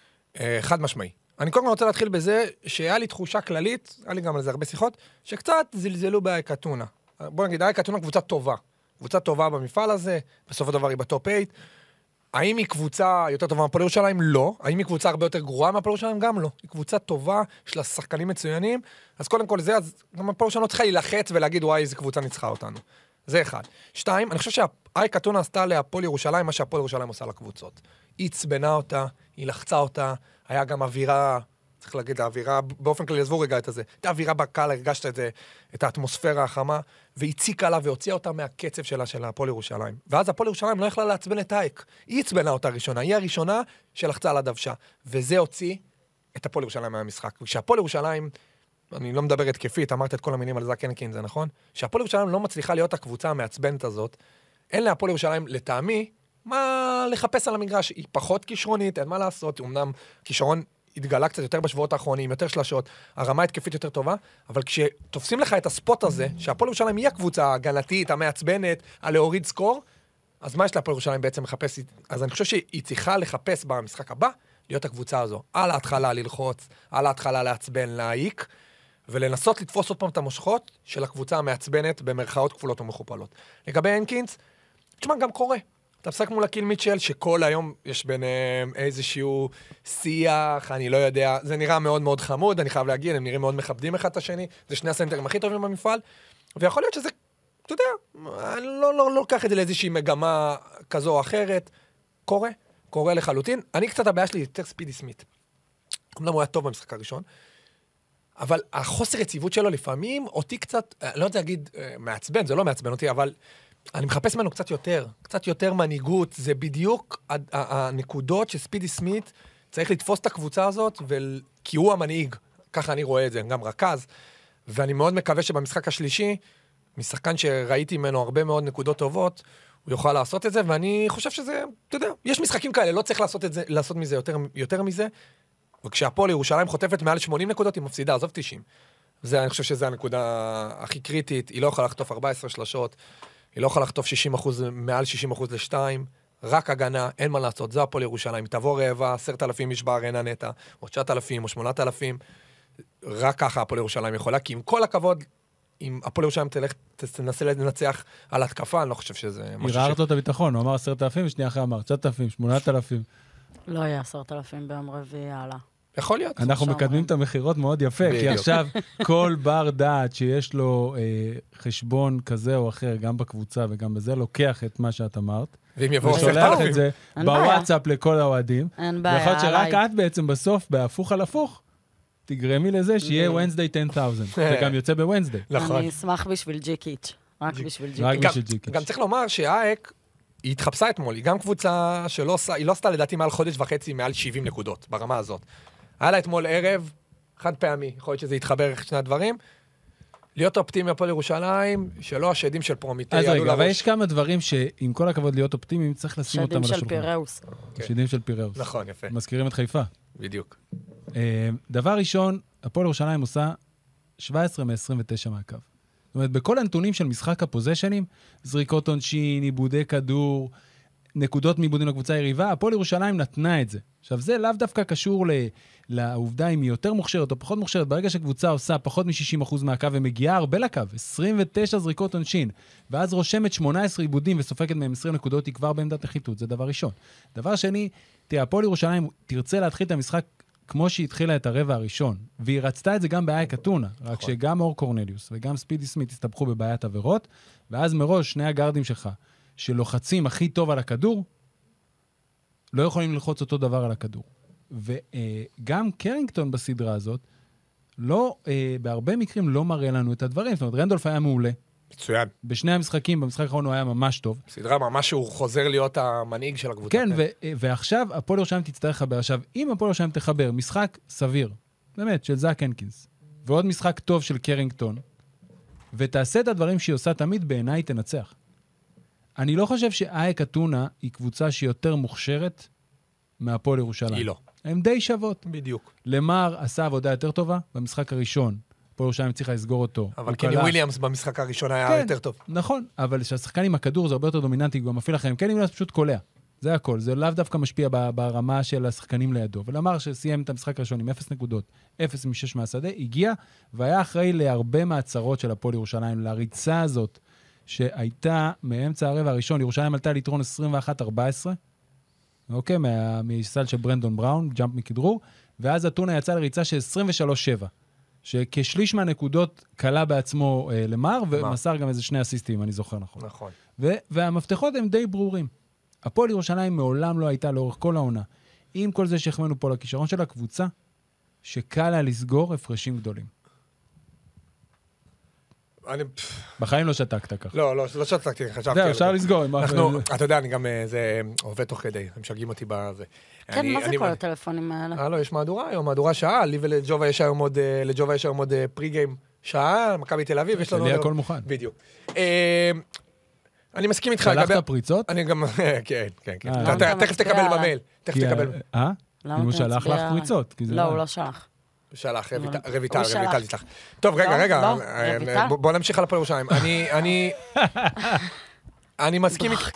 חד משמעי. אני קודם כל רוצה להתחיל בזה שהיה לי תחושה כללית, היה לי גם על זה הרבה שיחות, שקצת זלזלו באייק אתונה. בוא נגיד, אייק אתונה קבוצה טובה. קבוצה טובה במפעל הזה, בסוף הדבר היא בטופ אייט. האם היא קבוצה יותר טובה מהפועל ירושלים? לא. האם היא קבוצה הרבה יותר גרועה מהפועל ירושלים? גם לא. היא קבוצה טובה, יש לה שחקנים מצוינים, אז קודם כל זה, אז גם הפועל ירושלים לא צריכה להילחץ ולהגיד, וואי, איזה קבוצה ניצחה אותנו. זה אחד. שתיים, אני חושב שהאייק אתונה עשתה להפועל ירושלים מה שהפועל ירושלים עושה לקבוצות. היא צבנה אותה, היא לחצה אותה, היה גם אווירה, צריך להגיד, האווירה, באופן כללי, עזבו רגע את זה, הייתה אווירה בקהל, הרגשת את זה, את האטמוספירה החמה, והציקה לה והוציאה אותה מהקצב שלה, של הפועל ירושלים. ואז הפועל ירושלים לא יכלה לעצבן את אייק. היא הצבנה אותה ראשונה, היא הראשונה שלחצה על הדוושה. וזה הוציא את הפועל ירושלים מהמשחק. כשהפועל ירושלים, אני לא מדבר התקפית, אמרת את כל המינים על זאק הנקינס, זה נכון? שהפועל ירושלים לא מצליחה להיות הקבוצה המעצבנת הזאת, אין להפועל ירושלים, לטעמי, מה לחפש על המגרש, היא פחות כישרונית, אין מה לעשות, אמנם כישרון התגלה קצת יותר בשבועות האחרונים, יותר שלשות, הרמה התקפית יותר טובה, אבל כשתופסים לך את הספוט הזה, שהפועל ירושלים היא הקבוצה ההגנתית, המעצבנת, הלהוריד סקור, אז מה יש להפועל ירושלים בעצם לחפש? אז אני חושב שהיא צריכה לחפש במשחק הבא, להיות הקבוצה הזו, על ההתחלה ללחוץ, על ההתחלה לעצבן, להעיק, ולנסות לתפוס עוד פעם את המושכות של הקבוצה המעצבנת במרכאות כפולות ומכופלות. לגבי הנקינס, תשמע, גם קורה. אתה משחק מול הקיל מיטשל, שכל היום יש ביניהם איזשהו שיח, אני לא יודע, זה נראה מאוד מאוד חמוד, אני חייב להגיד, הם נראים מאוד מכבדים אחד את השני, זה שני הסנטרים הכי טובים במפעל, ויכול להיות שזה, אתה יודע, אני לא, לא, לא לוקח את זה לאיזושהי מגמה כזו או אחרת, קורה, קורה לחלוטין. אני קצת הבעיה שלי יותר ספידי סמית. אמנם הוא היה טוב במשחק הראשון, אבל החוסר יציבות שלו לפעמים, אותי קצת, אני לא רוצה להגיד מעצבן, זה לא מעצבן אותי, אבל אני מחפש ממנו קצת יותר, קצת יותר מנהיגות, זה בדיוק הנקודות שספידי סמית צריך לתפוס את הקבוצה הזאת, כי הוא המנהיג, ככה אני רואה את זה, גם רכז, ואני מאוד מקווה שבמשחק השלישי, משחקן שראיתי ממנו הרבה מאוד נקודות טובות, הוא יוכל לעשות את זה, ואני חושב שזה, אתה יודע, יש משחקים כאלה, לא צריך לעשות את זה, לעשות מזה יותר, יותר מזה, וכשהפועל ירושלים חוטפת מעל שמונים נקודות, היא מפסידה, עזוב תשעים. זה, אני חושב שזה הנקודה הכי קריטית, היא לא יכולה לחטוף ארבע עשרה שלשות, היא לא יכולה לחטוף שישים אחוז, מעל שישים אחוז לשתיים, רק הגנה, אין מה לעשות, זה הפועל ירושלים, היא תבוא רעבה, עשרת אלפים איש בארנה נטע, או תשעת אלפים, או שמונת אלפים, רק ככה הפועל ירושלים יכולה, כי עם כל הכבוד, אם הפועל ירושלים תלך, תנסה לנצח על התקפה, אני לא חושב שזה משהו
ערערת לו את הביטחון, הוא אמר עשרת אלפים, ושנייה אחרי אמר, תשעת אלפים, שמונת אלפים.
לא יהיה עשרת אלפים ביום רביעי, הלאה.
יכול להיות.
אנחנו מקדמים את המחירות מאוד יפה, כי עכשיו כל בר דעת שיש לו חשבון כזה או אחר, גם בקבוצה וגם בזה, לוקח את מה שאת אמרת.
ואם יבוא
ושולח את זה בוואטסאפ לכל האוהדים.
אין בעיה.
ויכול להיות שרק את בעצם בסוף, בהפוך על הפוך, תגרמי לזה שיהיה Wednesday עשרת אלפים. זה גם יוצא ב-Wednesday.
אני אשמח בשביל ג'יקיץ'. רק בשביל
ג'יקיץ'.
גם צריך לומר שהאייק, היא התחפשה אתמול, היא גם קבוצה שלא עושה, היא לא עשתה לדעתי מעל חודש וחצי, מעל שבעים נקודות, ברמה הזאת. היה לה אתמול ערב, חד פעמי, יכול להיות שזה יתחבר שני הדברים, להיות אופטימי הפועל ירושלים, שלא השדים של פרומיטי.
אז רגע, אבל יש כמה דברים שעם כל הכבוד להיות אופטימיים, צריך לשים אותם על השולחן.
שדים של פיראוס.
שדים של פיראוס.
נכון, יפה.
מזכירים את חיפה.
בדיוק.
דבר ראשון, הפועל ירושלים עושה שבע עשרה מ-עשרים ותשע מהקו. זאת אומרת, בכל הנתונים של משחק הפוזיישנים, זריקות עונשין, עיבודי כדור, נקודות מעיבודים לקבוצה היריבה, הפועל ירושלים נתנה את זה. עכשיו, זה לאו דווקא קשור ל... לעובדה אם היא יותר מוכשרת או פחות מוכשרת. ברגע שקבוצה עושה פחות מ-שישים אחוז מהקו ומגיעה הרבה לקו, עשרים ותשע זריקות עונשין, ואז רושמת שמונה עשרה עיבודים וסופקת מהם עשרים נקודות, היא כבר בעמדת נחיתות. זה דבר ראשון. דבר שני, תראה, הפועל ירושלים תרצה להתחיל את המשחק כמו שהיא התחילה את הרבע הראשון, והיא רצתה את זה גם באייק אתונה, רק שגם אור קורנליוס וגם ספידי סמית הסתבכו בבעיית עבירות, ואז מראש שני הגארדים שלך, שלוחצים הכי טוב על הכדור, לא יכולים ללחוץ אותו דבר על הכדור. וגם קרינגטון בסדרה הזאת, לא, בהרבה מקרים לא מראה לנו את הדברים. זאת אומרת, רנדולף היה מעולה.
מצוין.
בשני המשחקים, במשחק האחרון הוא היה ממש טוב.
סדרה ממש שהוא חוזר להיות המנהיג של הקבוצה.
כן, ו- ועכשיו הפועל ירושלים תצטרך לחבר. עכשיו, אם הפועל ירושלים תחבר משחק סביר, באמת, של זאק הנקינס, ועוד משחק טוב של קרינגטון, ותעשה את הדברים שהיא עושה תמיד, בעיניי תנצח. אני לא חושב שאייק אתונה היא קבוצה שהיא יותר מוכשרת מהפועל ירושלים.
היא לא.
הן די שוות.
בדיוק.
למר עשה עבודה יותר טובה במשחק הראשון. הפועל ירושלים צריכה לסגור אותו.
אבל קני וויליאמס במשחק הראשון היה יותר טוב.
נכון, אבל שהשחקן עם הכדור זה הרבה יותר דומיננטי, הוא מפעיל לכם. קני וויליאמס פשוט קולע. זה הכל. זה לאו דווקא משפיע ברמה של השחקנים לידו. ולמר שסיים את המשחק הראשון עם אפס נקודות, אפס משש מהשדה, הגיע והיה אחראי להרבה מהצרות של הפועל ירושלים, לריצה הזאת שהייתה מאמצע הרבע הראשון. ירושלים עלתה ליתרון עשרים ואחת ארבע עשרה, אוקיי, מסל של ברנדון בראון, ג'אמפ מכדרור, ואז אתונה יצא לריצה של עשרים ושלוש שבע, שכשליש מהנקודות קלה בעצמו אה, למר, ומסר גם איזה שני אסיסטים, אני זוכר נכון.
נכון.
ו- והמפתחות הם די ברורים. הפועל ירושלים מעולם לא הייתה לאורך כל העונה, עם כל זה שהחמנו פה לכישרון של הקבוצה, שקל לה לסגור הפרשים גדולים.
אני...
בחיים לא שתקת ככה.
לא, לא, לא שתקתי, חשבתי.
זהו, אפשר לסגור.
אנחנו, אתה יודע, אני גם, זה עובד תוך כדי, הם משגעים אותי בזה.
כן, מה זה כל הטלפונים האלה?
אה, לא, יש מהדורה היום, מהדורה שעה, לי ולג'ובה יש היום עוד, לג'ובה יש היום עוד פרי-גיים שעה, מכבי תל אביב, יש לנו...
שלי הכל מוכן.
בדיוק. אני מסכים איתך.
שלחת פריצות?
אני גם, כן, כן, כן. תכף תקבל במייל, תכף תקבל.
אה? אם הוא שלח לך פריצות.
לא, הוא לא שלח.
שלח, רויטל, רויטל תשלח. טוב, רגע, רגע, בוא נמשיך על הפועל ירושלים. אני, אני, אני מסכים איתך,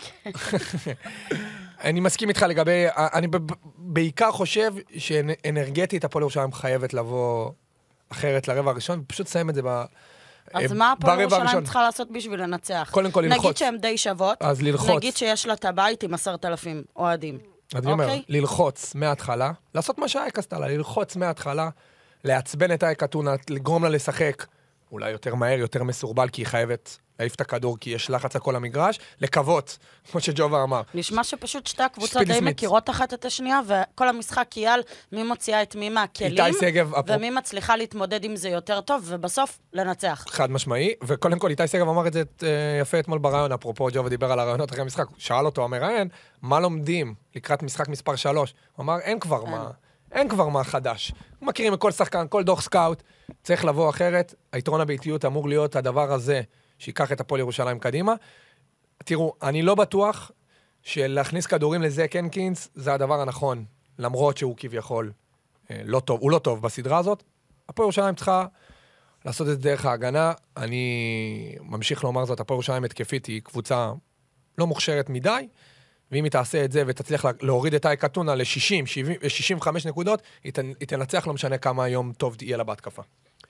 אני מסכים איתך לגבי, אני בעיקר חושב שאנרגטית הפועל ירושלים חייבת לבוא אחרת לרבע הראשון, פשוט סיים את זה ב...
אז מה הפועל ירושלים צריכה לעשות בשביל לנצח?
קודם כל ללחוץ.
נגיד שהן די שוות,
אז ללחוץ.
נגיד שיש לה את הבית עם עשרת אלפים אוהדים.
אני אומר, ללחוץ מההתחלה, לעשות מה שהאייק עשתה לה, ללחוץ מההתחלה, לעצבן את האייק אתונה, לגרום לה לשחק, אולי יותר מהר, יותר מסורבל, כי היא חייבת להעיף את הכדור, כי יש לחץ על כל המגרש, לקוות, כמו שג'ובה אמר.
נשמע שפשוט שתי הקבוצות די מכירות אחת את השנייה, וכל המשחק קייל מי מוציאה את מי מהכלים, ומי מצליחה להתמודד עם זה יותר טוב, ובסוף לנצח.
חד משמעי, וקודם כל איתי סגב אמר את זה יפה אתמול ברעיון, אפרופו ג'ובה דיבר על הרעיונות אחרי המשחק, שאל אותו המראיין, מה לומדים לקראת משחק מספר שלוש? הוא אמר, אין כבר מה. אין כבר מה חדש. מכירים מכל שחקן, כל דוח סקאוט, צריך לבוא אחרת. היתרון הביתיות אמור להיות הדבר הזה, שיקח את הפועל ירושלים קדימה. תראו, אני לא בטוח שלהכניס כדורים לזאק הנקינס, זה הדבר הנכון, למרות שהוא כביכול אה, לא טוב, הוא לא טוב בסדרה הזאת. הפועל ירושלים צריכה לעשות את זה דרך ההגנה. אני ממשיך לומר זאת, הפועל ירושלים התקפית היא קבוצה לא מוכשרת מדי, ואם היא תעשה את זה ותצליח להוריד את האייק אתונה ל-שישים, שישים וחמש נקודות, היא תנצח, לא משנה כמה היום טוב יהיה לה בהתקפה.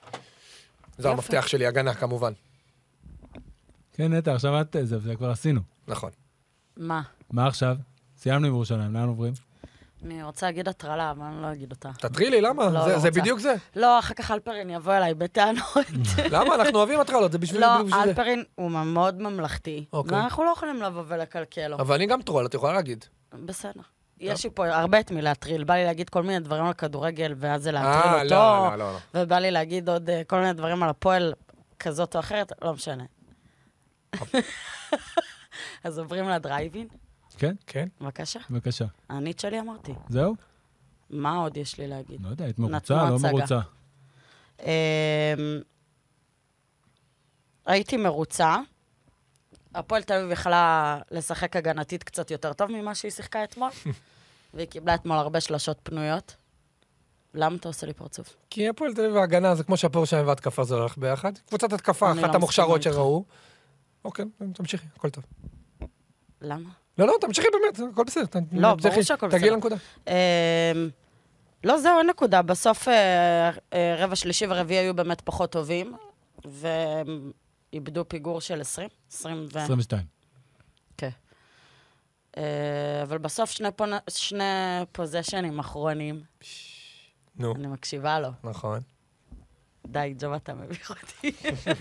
זה המפתח שלי, הגנה כמובן.
כן, נטע, עכשיו את זה, זה כבר עשינו.
נכון.
מה?
מה עכשיו? סיימנו עם ירושלים, לאן עוברים?
אני רוצה להגיד הטרלה, אבל אני לא אגיד אותה.
תטרי לי, למה? זה בדיוק זה.
לא, אחר כך אלפרין יבוא אליי בטענות.
למה? אנחנו אוהבים הטרלות, זה בשביל...
לא, אלפרין הוא מאוד ממלכתי. ואנחנו לא יכולים לבוא ולקלקל לו.
אבל אני גם טרול, את יכולה להגיד.
בסדר. יש לי פה הרבה את מי להטריל. בא לי להגיד כל מיני דברים על כדורגל, ואז זה להטריל
אה,
אותו.
לא, לא, לא.
ובא לי להגיד עוד כל מיני דברים על הפועל כזאת או אחרת, לא משנה. אז עוברים לדרייבין.
כן?
כן.
בבקשה.
בבקשה.
הענית שלי אמרתי.
זהו?
מה עוד יש לי להגיד?
לא יודע, היית מרוצה, לא מרוצה.
הייתי מרוצה. הפועל תל אביב יכלה לשחק הגנתית קצת יותר טוב ממה שהיא שיחקה אתמול, והיא קיבלה אתמול הרבה שלשות פנויות. למה אתה עושה לי פרצוף?
כי הפועל תל אביב וההגנה זה כמו שהפועל שלהם וההתקפה זה הולך ביחד. קבוצת התקפה, אחת
לא
המוכשרות
מסכימה
שראו. אוקיי, תמשיכי, הכל טוב.
למה?
לא, לא, תמשיכי באמת, הכל בסדר.
לא, ברור שהכל בסדר.
תגיעי לנקודה.
לא, זהו, אין נקודה. בסוף אה, אה, רבע שלישי ורביעי היו באמת פחות טובים, ואיבדו פיגור של עשרים, עשרים ו...
עשרים ושתיים.
כן. אה, אבל בסוף שני, פונ... שני פוזיישנים אחרונים,
נו,
אני מקשיבה לו.
נכון.
די, ג'וב, אתה מביך אותי.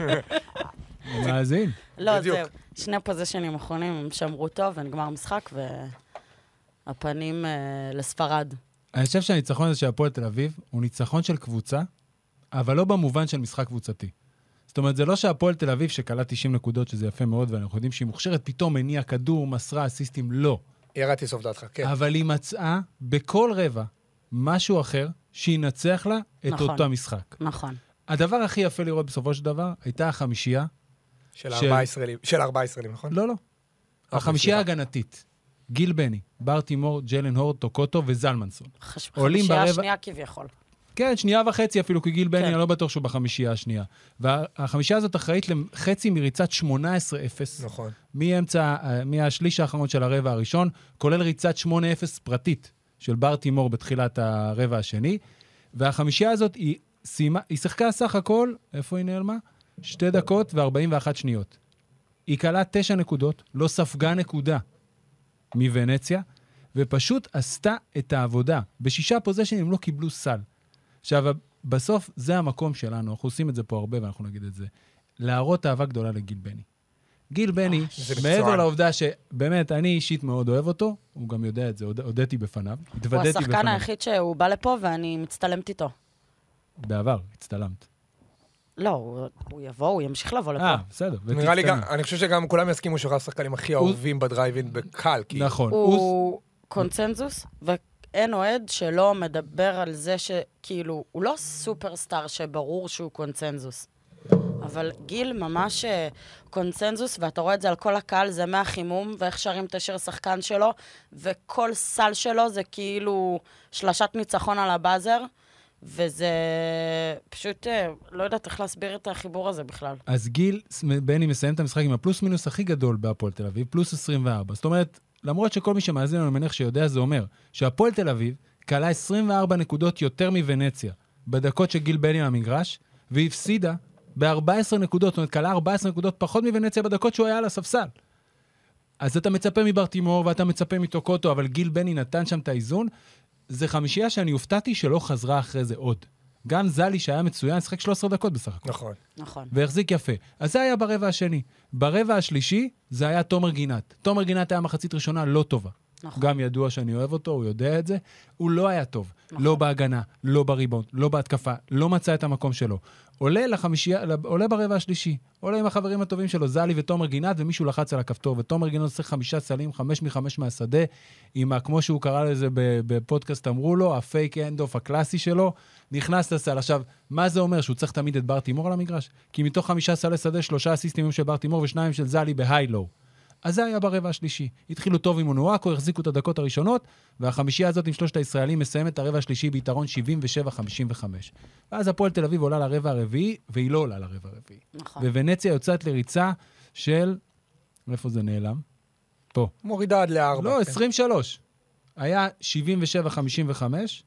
מאזין.
לא,
בדיוק.
זהו. שני פוזיישנים אחרונים, הם שמרו טוב, ונגמר המשחק, והפנים אה, לספרד.
אני חושב שהניצחון הזה של הפועל תל אביב הוא ניצחון של קבוצה, אבל לא במובן של משחק קבוצתי. זאת אומרת, זה לא שהפועל תל אביב שקלה תשעים נקודות, שזה יפה מאוד, ואנחנו יודעים שהיא מוכשרת, פתאום מניע כדור, מסרה, אסיסטים, לא.
ירדתי סוף דעתך, כן.
אבל היא מצאה בכל רבע משהו אחר שינצח לה את
נכון.
אותו המשחק.
נכון.
הדבר הכי יפה לראות בסופו של דבר, הייתה החמישייה.
של
של-
ארבעה ישראלים, של ארבעה ישראלים, נכון?
לא, לא. החמישייה
סליחה.
ההגנתית. גיל בני, בר תימור, ג'לן הורד, טוקוטו וזלמנסון.
חש...
עולים
חמישייה
ברבע-
השנייה כביכול.
כן, שנייה וחצי אפילו, כי גיל בני,
כן.
אני לא בטוח שהוא בחמישייה השנייה. והחמישייה הזאת אחראית לחצי מריצת שמונה עשרה אפס.
נכון.
מאמצע, מהשליש האחרון של הרבע הראשון, כולל ריצת שמונה אפס פרטית של בר תימור בתחילת הרבע השני. והחמישייה הזאת, היא, סיימה, היא שחקה סך הכל, איפה היא נעלמה? שתי דקות ו-ארבעים ואחת שניות. היא קלה תשע נקודות, לא ספגה נקודה מוונציה, ופשוט עשתה את העבודה. בשישה פוזיישנים הם לא קיבלו סל. עכשיו, בסוף זה המקום שלנו, אנחנו עושים את זה פה הרבה ואנחנו נגיד את זה, להראות אהבה גדולה לגיל בני. גיל בני,
זה
מעבר
מקצוען.
לעובדה שבאמת, אני אישית מאוד אוהב אותו, הוא גם יודע את זה, הוד- הודיתי בפניו,
הוא
התוודעתי
השחקן
בפניו.
היחיד שהוא בא לפה ואני מצטלמת איתו.
בעבר, הצטלמת.
לא, הוא, הוא יבוא, הוא ימשיך לבוא לפה.
אה, בסדר.
נראה לי גם,
ותצטלם.
אני חושב שגם כולם יסכימו שהוא אחד השחקנים הכי אהובים בדרייבין בקל, כי...
נכון. הוא...
הוא קונצנזוס, ואין אוהד שלא מדבר על זה שכאילו, הוא לא סופרסטאר שברור שהוא קונצנזוס. אבל גיל ממש אה, קונצנזוס, ואתה רואה את זה על כל הקהל, זה מהחימום, ואיך שרים את השיר השחקן שלו, וכל סל שלו זה כאילו שלשת ניצחון על הבאזר, וזה פשוט, אה, לא יודעת איך להסביר את החיבור הזה בכלל.
אז גיל בני מסיים את המשחק עם הפלוס מינוס הכי גדול בהפועל תל אביב, פלוס עשרים וארבע. זאת אומרת, למרות שכל מי שמאזין לנו, אני מניח שיודע, זה אומר שהפועל תל אביב קלה עשרים וארבע נקודות יותר מוונציה בדקות שגיל בני על המגרש, והפסידה ב-ארבע עשרה נקודות, זאת אומרת, קלה ארבע עשרה נקודות פחות מוונציה בדקות שהוא היה על הספסל. אז אתה מצפה מבר תימור ואתה מצפה מטוקוטו, אבל גיל בני נתן שם את האיזון. זה חמישייה שאני הופתעתי שלא חזרה אחרי זה עוד. גם זלי שהיה מצוין, שחק שלוש עשרה דקות בסך הכל.
נכון.
נכון.
והחזיק יפה. אז זה היה ברבע השני. ברבע השלישי, זה היה תומר גינת. תומר גינת היה מחצית ראשונה לא טובה.
נכון.
גם ידוע שאני אוהב אותו, הוא יודע את זה. הוא לא היה טוב.
נכון.
לא בהגנה, לא בריבאונד, לא בהתקפה, לא מצא את המקום שלו. עולה לחמישייה, עולה ברבע השלישי. עולה עם החברים הטובים שלו, זלי ותומר גינת, ומישהו לחץ על הכפתור, ותומר גינת עושה חמישה סלים, חמש מחמש מהשדה, עם ה, כמו שהוא קרא לזה בפודקאסט, אמרו לו, הפייק אנד אוף הקלאסי שלו, נכנס לסל. עכשיו, מה זה אומר? שהוא צריך תמיד את בר תימור על המגרש? כי מתוך חמישה סלי שדה, שלושה אסיסטים של בר תימור ושניים של זלי בהיי-לואו. אז זה היה ברבע השלישי. התחילו טוב עם אונואקו, החזיקו את הדקות הראשונות, והחמישייה הזאת עם שלושת הישראלים מסיים את הרבע השלישי ביתרון שבעים ושבע חמישים וחמש. ואז הפועל תל אביב עולה לרבע הרביעי, והיא לא עולה לרבע הרביעי.
נכון.
וונציה יוצאת לריצה של... איפה זה נעלם? פה.
מורידה עד לארבע.
לא,
כן.
עשרים ושלוש. היה שבעים ושבע חמישים וחמש,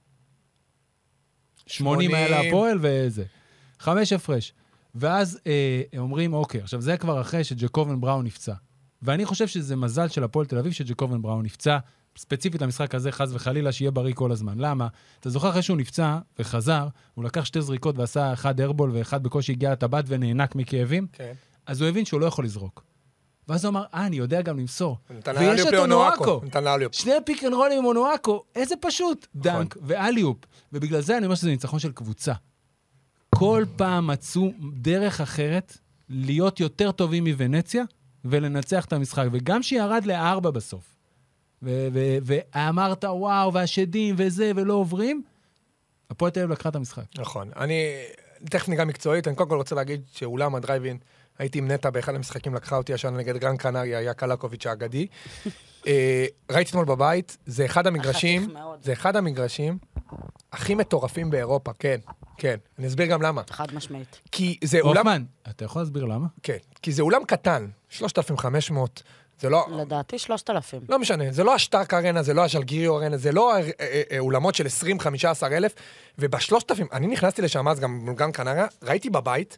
שמונים היה להפועל וזה. חמש הפרש. ואז אה, אומרים, אוקיי, עכשיו זה כבר אחרי שג'קובן בראון נפצע. ואני חושב שזה מזל של הפועל תל אביב שג'קובן בראון נפצע, ספציפית למשחק הזה, חס וחלילה, שיהיה בריא כל הזמן. למה? אתה זוכר אחרי שהוא נפצע וחזר, הוא לקח שתי זריקות ועשה אחד ארבול ואחד בקושי הגיע לטבעת ונענק מכאבים,
כן.
אז הוא הבין שהוא לא יכול לזרוק. ואז הוא אמר, אה, אני יודע גם למסור.
נתן
ויש
לאליופ
את
לאונואקו.
אונואקו.
נתן לאליופ.
שני פיק אנד רולים עם אונואקו, איזה פשוט. דנק ואליופ. ובגלל זה אני אומר שזה ניצחון של קבוצה. כל פעם מצאו דרך אחרת להיות יותר טובים מוונציה ולנצח את המשחק. וגם שירד לארבע בסוף. ו- ו- ואמרת, וואו, והשדים וזה, ולא עוברים, הפועל תל אביב לקחה את המשחק.
נכון. אני תכף ניגע מקצועית, אני קודם כל רוצה להגיד שאולם הדרייבין הייתי עם נטע באחד המשחקים, לקחה אותי השנה נגד גרן קנריה, היה קלקוביץ' האגדי. ראיתי אתמול בבית, זה אחד המגרשים, זה אחד המגרשים הכי מטורפים באירופה, כן, כן. אני אסביר גם למה.
חד משמעית.
כי זה אולם...
הופמן, אתה יכול להסביר למה?
כן, כי זה אולם קטן, שלושת אלפים וחמש מאות, זה לא...
לדעתי שלושת אלפים.
לא משנה, זה לא השטארק ארנה, זה לא השלגיריו ארנה, זה לא אולמות של עשרים חמישה עשר אלף, ובשלושת אלפים, אני נכנסתי לשם אז גם גרן קנריה, ראיתי בבית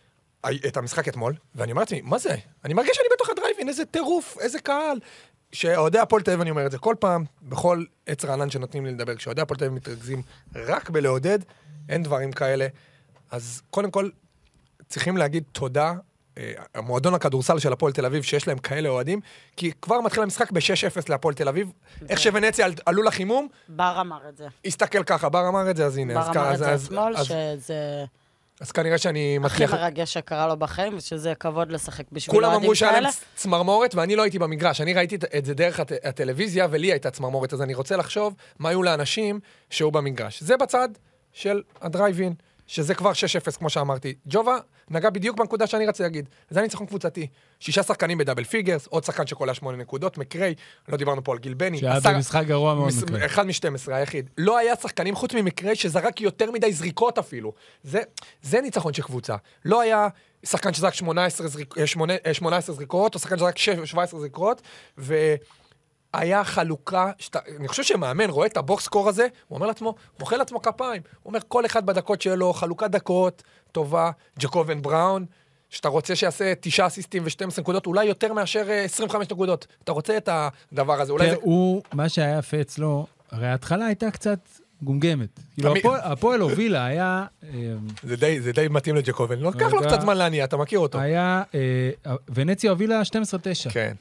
את המשחק אתמול, ואני אומר לעצמי, מה זה? אני מרגיש שאני בתוך הדרייבין, איזה טירוף, איזה קהל. שאוהדי הפועל תל אביב, אני אומר את זה כל פעם, בכל עץ רענן שנותנים לי לדבר, כשאוהדי הפועל תל אביב מתרכזים רק בלעודד, אין דברים כאלה. אז קודם כל, צריכים להגיד תודה, המועדון הכדורסל של הפועל תל אביב, שיש להם כאלה אוהדים, כי כבר מתחיל המשחק ב-שש אפס להפועל תל אביב, איך שוונציה עלו לחימום,
בר אמר את זה.
הסתכל ככה, בר אמר את זה, אז הנה.
בר אמר את זה אתמול, שזה...
אז כנראה שאני
הכי
מצליח...
מרגש שקרה לו בחיים, ושזה כבוד לשחק בשביל אוהדים כאלה.
כולם אמרו שהיה להם צמרמורת, ואני לא הייתי במגרש. אני ראיתי את זה דרך הט... הטלוויזיה, ולי הייתה צמרמורת, אז אני רוצה לחשוב מה היו לאנשים שהוא במגרש. זה בצד של הדרייבין, שזה כבר שש אפס, כמו שאמרתי. ג'ובה נגע בדיוק בנקודה שאני רציתי להגיד. זה ניצחון קבוצתי. שישה שחקנים בדאבל פיגרס, עוד שחקן שקולה שמונה נקודות, מקרי, לא דיברנו פה על גיל בני.
שהיה במשחק גרוע מאוד מקרי.
אחד מ-שתים עשרה היחיד. לא היה שחקנים חוץ ממקרי שזרק יותר מדי זריקות אפילו. זה, זה ניצחון של קבוצה. לא היה שחקן שזרק שמונה עשרה זריקות, או שחקן שזרק שבע עשרה זריקות, ו... היה חלוקה, שת... אני חושב שמאמן רואה את הבוקס קור הזה, הוא אומר לעצמו, הוא מוחא לעצמו כפיים, הוא אומר כל אחד בדקות שלו, חלוקת דקות טובה, ג'קובן בראון, שאתה רוצה שיעשה תשעה אסיסטים ו-שתים עשרה נקודות, אולי יותר מאשר עשרים וחמש נקודות, אתה רוצה את הדבר הזה, אולי
זה...
זה...
הוא, מה שהיה יפה אצלו, הרי ההתחלה הייתה קצת גומגמת, כאילו הפועל הובילה היה...
זה די, זה די מתאים לג'קובן, לא לקח לו קצת זמן להניע, אתה מכיר אותו.
היה, ונציה הובילה שתים עשרה תשע.
כן.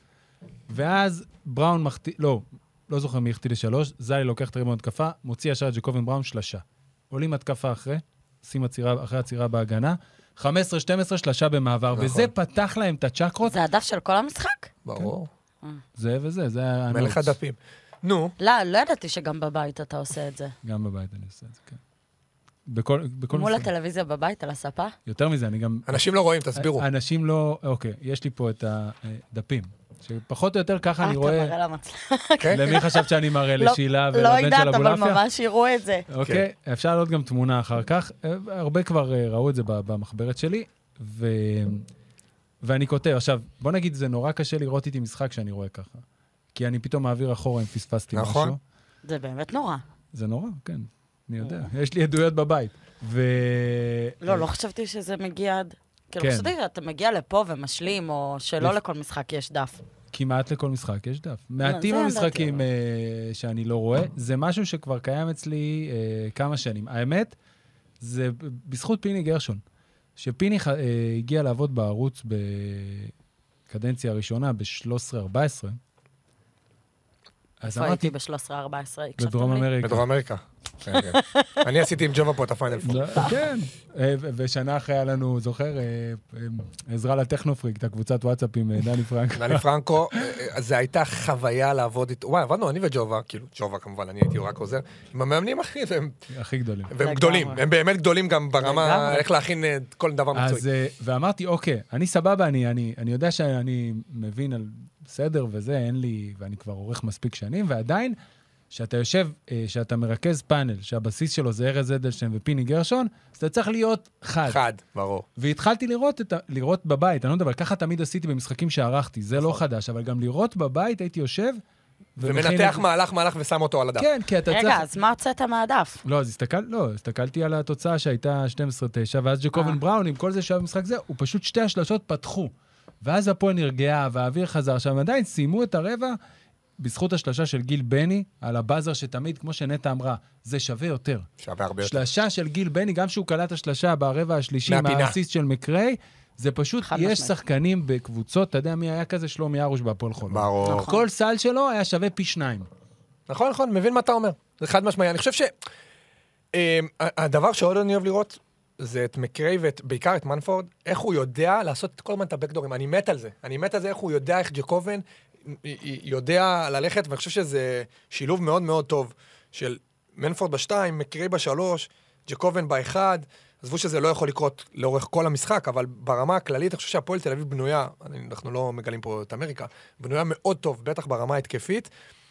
ואז בראון מחטיא, לא, לא זוכר מי החטיא לשלוש, זלי לוקח את הריבון התקפה, מוציא ישר את ג'קובן בראון שלשה. עולים התקפה אחרי, שים הצירה, אחרי הצירה בהגנה, חמש עשרה שתים עשרה שלשה במעבר, נכון. וזה פתח להם את הצ'קרות.
זה הדף של כל המשחק?
ברור.
כן. זה וזה, זה היה...
מלך הדפים. נו.
לא, לא ידעתי שגם בבית אתה עושה את זה.
גם בבית אני עושה את זה, כן. בכל, בכל
מול
משחק.
הטלוויזיה בבית, על הספה?
יותר מזה, אני גם...
אנשים לא רואים, תסבירו.
אנשים לא... אוקיי, יש לי פה את הדפים. שפחות או יותר ככה אני רואה...
אתה מראה למצלמה.
למי חשבת שאני מראה לשילה ולבן של
אבולעפיה? לא יודעת, אבל
אבולעפיה?
ממש יראו את זה.
אוקיי, אפשר לעלות גם תמונה אחר כך. הרבה כבר ראו את זה במחברת שלי, ואני כותב. עכשיו, בוא נגיד, זה נורא קשה לראות איתי משחק שאני רואה ככה. כי אני פתאום מעביר אחורה אם פספסתי משהו.
נכון.
זה באמת נורא.
זה נורא, כן. אני יודע. יש לי עדויות בבית.
לא, לא חשבתי שזה מגיע עד... כאילו, חשבתי שאתה מגיע לפה ומשלים, או שלא לכל משחק יש דף.
כמעט לכל משחק יש דף. מעטים המשחקים שאני לא רואה. זה משהו שכבר קיים אצלי כמה שנים. האמת, זה בזכות פיני גרשון. שפיני הגיע לעבוד בערוץ בקדנציה הראשונה, ב-שלוש עשרה ארבע עשרה.
איפה הייתי ב-שלוש עשרה ארבע עשרה?
בדרום אמריקה.
בדרום אמריקה. אני עשיתי עם ג'ובה פה את הפיינל פור.
כן, ושנה אחרי היה לנו, זוכר, עזרה לטכנופריק, את הקבוצת וואטסאפ עם דני פרנקו.
דני פרנקו, זו הייתה חוויה לעבוד איתו. וואי, עבדנו אני וג'ובה, כאילו, ג'ובה כמובן, אני הייתי רק עוזר, עם המאמנים הכי,
הכי גדולים.
והם גדולים, הם באמת גדולים גם ברמה, איך להכין כל דבר מקצועי.
ואמרתי, אוקיי, אני סבבה, אני יודע שאני מבין על סדר וזה, אין לי, ואני כבר עורך מספיק שנים, ועדיין, שאתה יושב, שאתה מרכז פאנל, שהבסיס שלו זה ארז אדלשטיין ופיני גרשון, אז אתה צריך להיות חד.
חד, ברור.
והתחלתי לראות, את, לראות בבית, אני לא יודע, ככה תמיד עשיתי במשחקים שערכתי, זה לא חדש, אבל גם לראות בבית, הייתי יושב,
ומנתח מהלך מהלך ושם אותו על הדף.
כן, כי אתה צריך...
רגע, אז מה הוצאת מהדף?
לא, אז הסתכל, לא, הסתכלתי על התוצאה שהייתה שתים עשרה תשע, ואז ג'קובן בראון, עם כל זה שהיה במשחק זה, הוא פשוט שתי השלשות פתחו. ואז הפועל נרגעה, והאוויר חזר. עכשיו, עדיין סיימו את הרבע, בזכות השלשה של גיל בני, על הבאזר שתמיד, כמו שנטע אמרה, זה שווה יותר.
שווה הרבה יותר.
שלשה של גיל בני, גם שהוא קלט השלשה ברבע השלישי, מהאסיסט של מקרי, זה פשוט, יש שחקנים בקבוצות, אתה יודע מי היה כזה? שלומי ארוש בהפועל חולון.
ברור.
כל סל שלו היה שווה פי שניים.
נכון, נכון, מבין מה אתה אומר. זה חד משמעי. אני חושב שהדבר שעוד אני אוהב לראות, זה את מקרי ובעיקר את מנפורד, איך הוא יודע לעשות את כל הזמן את הבקדורים. אני מת על זה. אני מת על זה איך הוא יודע, איך ג'קובן יודע ללכת, ואני חושב שזה שילוב מאוד מאוד טוב של מנפורד בשתיים, מקרי בשלוש, ג'קובן באחד, עזבו שזה לא יכול לקרות לאורך כל המשחק, אבל ברמה הכללית, אני חושב שהפועל תל אביב בנויה, אנחנו לא מגלים פה את אמריקה, בנויה מאוד טוב, בטח ברמה התקפית,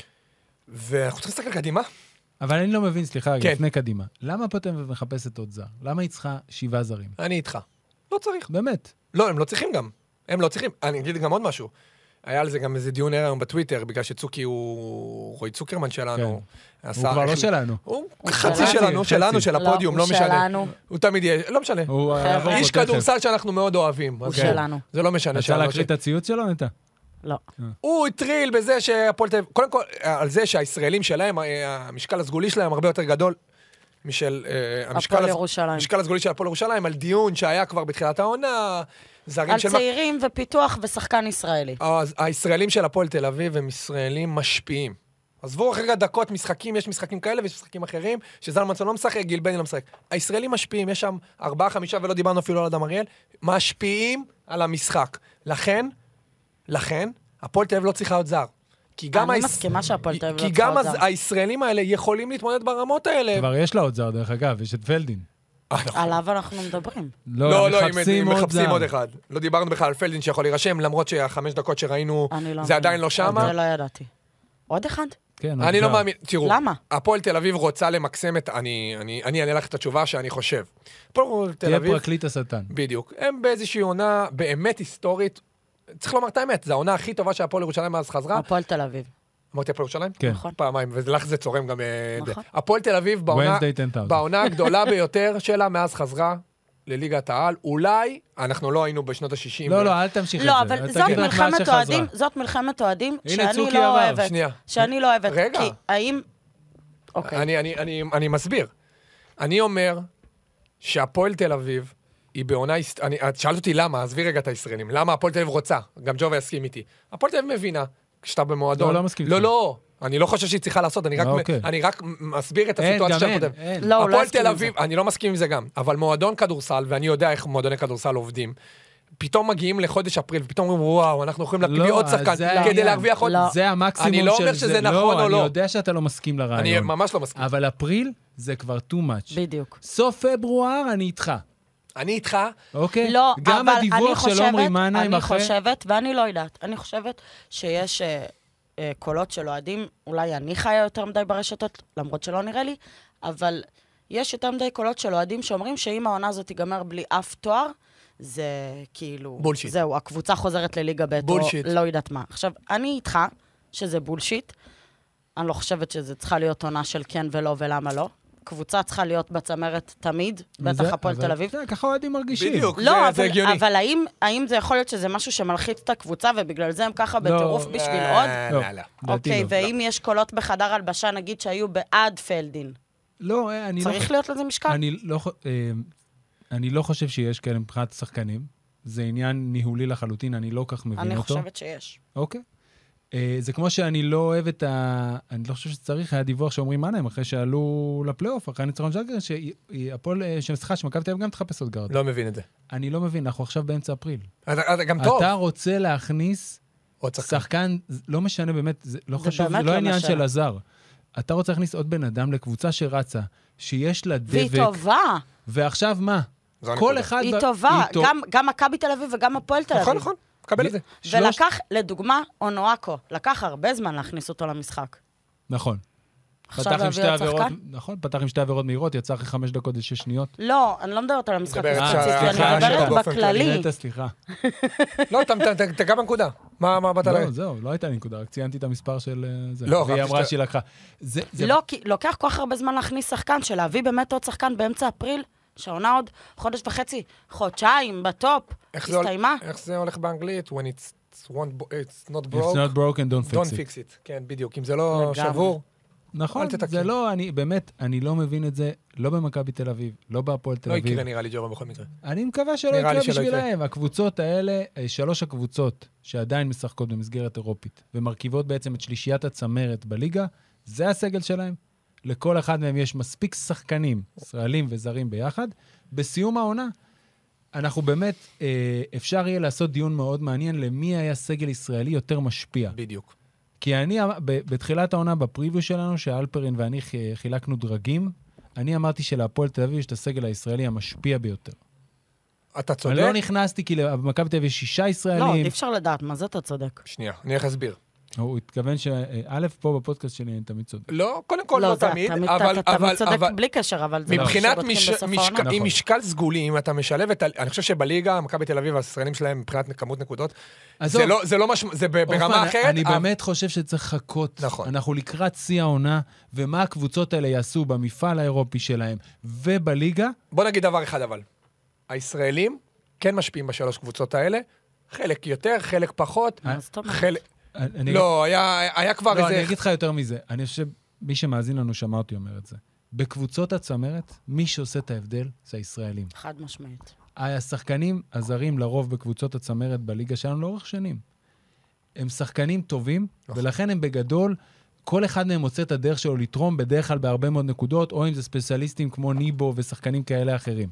ואנחנו צריכים להסתכל קדימה.
אבל אני לא מבין, סליחה,
כן.
לפני קדימה. למה פה אתם מחפשת עוד זר? למה היא צריכה שבעה זרים?
אני איתך. לא צריך.
באמת.
לא, הם לא צריכים גם. הם לא צריכים. אני אגיד גם עוד משהו. היה על זה גם איזה דיון היום בטוויטר, בגלל שצוקי הוא רועי צוקרמן שלנו.
כן. הוא כבר לא שלנו.
הוא חצי שלנו, שלנו, של הפודיום, לא משנה. הוא תמיד יהיה, לא משנה. איש כדורסל שאנחנו מאוד אוהבים.
הוא שלנו.
זה לא משנה.
רצה להקריא את הציוץ שלו, נטע?
לא.
הוא הטריל בזה שהפועל תל אביב, קודם כל, על זה שהישראלים שלהם, המשקל הסגולי שלהם הרבה יותר גדול משל המשקל הסגולי של הפועל ירושלים, על דיון שהיה כבר בתחילת העונה,
על צעירים ופיתוח ושחקן ישראלי.
אז הישראלים של הפועל תל אביב הם ישראלים משפיעים. עזבו אחרי דקות משחקים, יש משחקים כאלה ויש משחקים אחרים, שזלמנסון לא משחק, גיל בני לא משחק. הישראלים משפיעים, יש שם ארבעה, חמישה, ולא דיברנו אפילו על אדם אריאל, משפיעים על המשחק. לכן, לכן, הפועל תל אביב לא צריכה להיות זר.
אני מסכימה שהפועל תל אביב לא
כי גם הישראלים האלה יכולים להתמודד ברמות האלה.
כבר יש לה עוד זר, דרך אגב, יש את פלדין.
עליו אנחנו מדברים.
לא, לא, אם מחפשים עוד אחד. לא דיברנו בכלל על פלדין שיכול להירשם, למרות שהחמש דקות שראינו, זה עדיין לא שמה.
זה לא ידעתי. עוד אחד?
אני לא מאמין, תראו.
למה?
הפועל תל אביב רוצה למקסם את, אני אענה לך את התשובה שאני חושב.
תהיה פרקליט השטן.
בדיוק. הם באיזושהי עונה באמת היסטורית, צריך לומר את האמת, זו העונה הכי טובה שהפועל ירושלים אז חזרה.
הפועל תל אביב.
אמרתי הפועל ירושלים?
כן.
פעמיים, ולך זה צורם גם... הפועל תל אביב
Wednesday ten thousand.
בעונה הגדולה ביותר שלה מאז חזרה לליגת העל, אולי, אנחנו לא היינו בשנות ה-שישים.
לא, לא, אל תמשיך את זה.
לא, אבל זאת מלחמת אוהדים, זאת מלחמת אוהדים שאני לא אוהבת. שאני לא אוהבת.
רגע.
כי האם...
אני, אני, אני, אני מסביר. אני אומר שהפועל תל אביב היא בעונה... אני, את שאלת אותי למה, עזבי רגע את הישראלים. למה הפועל תל אביב רוצה? גם ג'ובה יסכים איתי. הפועל תל אביב מבינה, כשאתה במועדון...
לא, לא מסכים.
לא, לא. אני לא חושב שהיא צריכה לעשות, אני רק,
אוקיי.
אני רק מסביר את הסיטואציה שאתה כותב.
לא,
הפועל תל אביב, אני לא מסכים עם זה גם, אבל מועדון כדורסל, ואני יודע איך מועדוני כדורסל עובדים, פתאום מגיעים לחודש אפריל, ופתאום אומרים, וואו, אנחנו יכולים להביא עוד שחקן, כדי להרוויח עוד...
זה המקסימום של...
אני לא אומר שזה נכון או לא.
אני יודע שאתה לא מסכים לרעיון.
אני ממש לא מסכים.
אבל אפריל זה כבר too much.
בדיוק.
סוף פברואר אני איתך.
אני איתך.
אוקיי?
לא,
גם הדיווח של עומרי מנהיים אחרי...
אני חושבת, ואני לא יודעת, אני חושבת שיש קולות של אוהדים, אולי אני חיה יותר מדי ברשתות, למרות שלא נראה לי, אבל יש יותר מדי קולות של אוהדים שאומרים שאם העונה הזאת תיגמר בלי אף תואר, זה כאילו...
בולשיט.
זהו, הקבוצה חוזרת לליגה ב' או לא יודעת מה. עכשיו, אני איתך שזה בולשיט, אני לא חושבת שזה צריכה להיות עונה של כן ולא ולמה לא. קבוצה צריכה להיות בצמרת תמיד, בטח הפועל תל אביב.
ככה אוהדים מרגישים.
בדיוק,
זה הגיוני. אבל האם זה יכול להיות שזה משהו שמלחיץ את הקבוצה, ובגלל זה הם ככה בטירוף בשביל עוד?
לא, לא.
אוקיי, ואם יש קולות בחדר הלבשה, נגיד שהיו בעד פלדין.
לא, אני לא...
צריך להיות לזה משקל?
אני לא חושב שיש כאלה מבחינת שחקנים. זה עניין ניהולי לחלוטין, אני לא כך מבין אותו.
אני חושבת שיש.
אוקיי. זה כמו שאני לא אוהב את ה... אני לא חושב שצריך, היה דיווח שאומרים מנהיים, אחרי שעלו לפלייאוף, אחרי הניצחון ז'אגר, שהפועל, שמשחקה, שמכבי תל אביב גם תחפש עוד גארד.
לא מבין את זה.
אני לא מבין, אנחנו עכשיו באמצע אפריל.
גם טוב.
אתה רוצה להכניס שחקן, לא משנה באמת, זה לא חשוב, זה לא עניין של הזר. אתה רוצה להכניס עוד בן אדם לקבוצה שרצה, שיש לה דבק...
והיא טובה.
ועכשיו מה? כל אחד...
היא טובה, גם מכבי תל אביב וגם הפועל תל אביב.
נכון, נכון. קבל את זה.
ולקח, לדוגמה, אונואקו, לקח הרבה זמן להכניס אותו למשחק.
נכון.
עכשיו להביא עוד שחקן?
נכון, פתח עם שתי עבירות מהירות, יצא אחרי חמש דקות ושש שניות.
לא, אני לא מדברת על המשחק הספציפי, אני מדברת בכללי.
נטע, סליחה.
לא, תגע בנקודה. מה באת עליי?
לא, זהו, לא הייתה לי נקודה, רק ציינתי את המספר של זה.
לא,
והיא אמרה שהיא לקחה.
לא, כי לוקח כל כך הרבה זמן להכניס שחקן, שלהביא באמת עוד שחקן באמצע אפריל, שעונה עוד חודש וחצי, חודשיים, בטופ, הסתיימה.
איך זה הולך באנגלית? When it's not broke,
It's not broken, don't fix
don't
it.
fix it. כן, בדיוק. אם זה לא שבור,
נכון, זה לא, אני באמת, אני לא מבין את זה, לא במכבי תל אביב, לא בהפועל תל אביב.
לא יקרה, נראה לי ג'ובה בכל מקרה.
אני מקווה שלא יקרה בשבילהם. הקבוצות האלה, שלוש הקבוצות שעדיין משחקות במסגרת אירופית, ומרכיבות בעצם את שלישיית הצמרת בליגה, זה הסגל שלהם. לכל אחד מהם יש מספיק שחקנים, ישראלים וזרים ביחד. בסיום העונה, אנחנו באמת, אפשר יהיה לעשות דיון מאוד מעניין למי היה סגל ישראלי יותר משפיע.
בדיוק.
כי אני, בתחילת העונה, בפריוויו שלנו, שאלפרין ואני חילקנו דרגים, אני אמרתי שלהפועל תל אביב יש את הסגל הישראלי המשפיע ביותר.
אתה צודק?
אני לא נכנסתי, כי במכבי תל אביב יש שישה ישראלים.
לא, אי אפשר לדעת, מה זה אתה צודק?
שנייה, אני איך אסביר.
הוא התכוון שא' פה בפודקאסט שלי אני תמיד צודק.
לא, קודם כל
לא,
לא
זה
תמיד,
תמיד-
אבל...
אתה תמיד
אבל-
צודק
אבל-
בלי קשר, אבל זה לא
מבחינת
שבודקים
מש-
בסוף
משק-
העונה.
נכון.
עם משקל סגולי, אם אתה משלב את... ה- אני חושב שבליגה, מכבי תל אביב, הישראלים שלהם מבחינת כמות נקודות,
עזוב,
זה לא- זה לא משמע... זה ב- ברמה
אופן,
אחרת.
אני
אבל-
באמת חושב שצריך לחכות.
נכון.
אנחנו לקראת שיא העונה, ומה הקבוצות האלה יעשו במפעל האירופי שלהם ובליגה.
בוא נגיד דבר אחד אבל. הישראלים כן משפיעים בשלוש קבוצות האלה, חלק יותר, חלק פחות,
אה?
מה זאת אומרת?
חלק...
אני-
לא, היה היה כבר
לא, אני
איזה...
אגיד לך יותר מזה. אני חושב, מי שמאזין לנו שמע אותי אומר את זה. בקבוצות הצמרת, מי שעושה את ההבדל זה הישראלים.
חד משמעית.
השחקנים הזרים לרוב בקבוצות הצמרת בליגה שלנו לאורך שנים. הם שחקנים טובים, ולכן הם בגדול, כל אחד מהם מוצא את הדרך שלו לתרום בדרך כלל בהרבה מאוד נקודות, או אם זה ספציאליסטים כמו ניבו ושחקנים כאלה אחרים.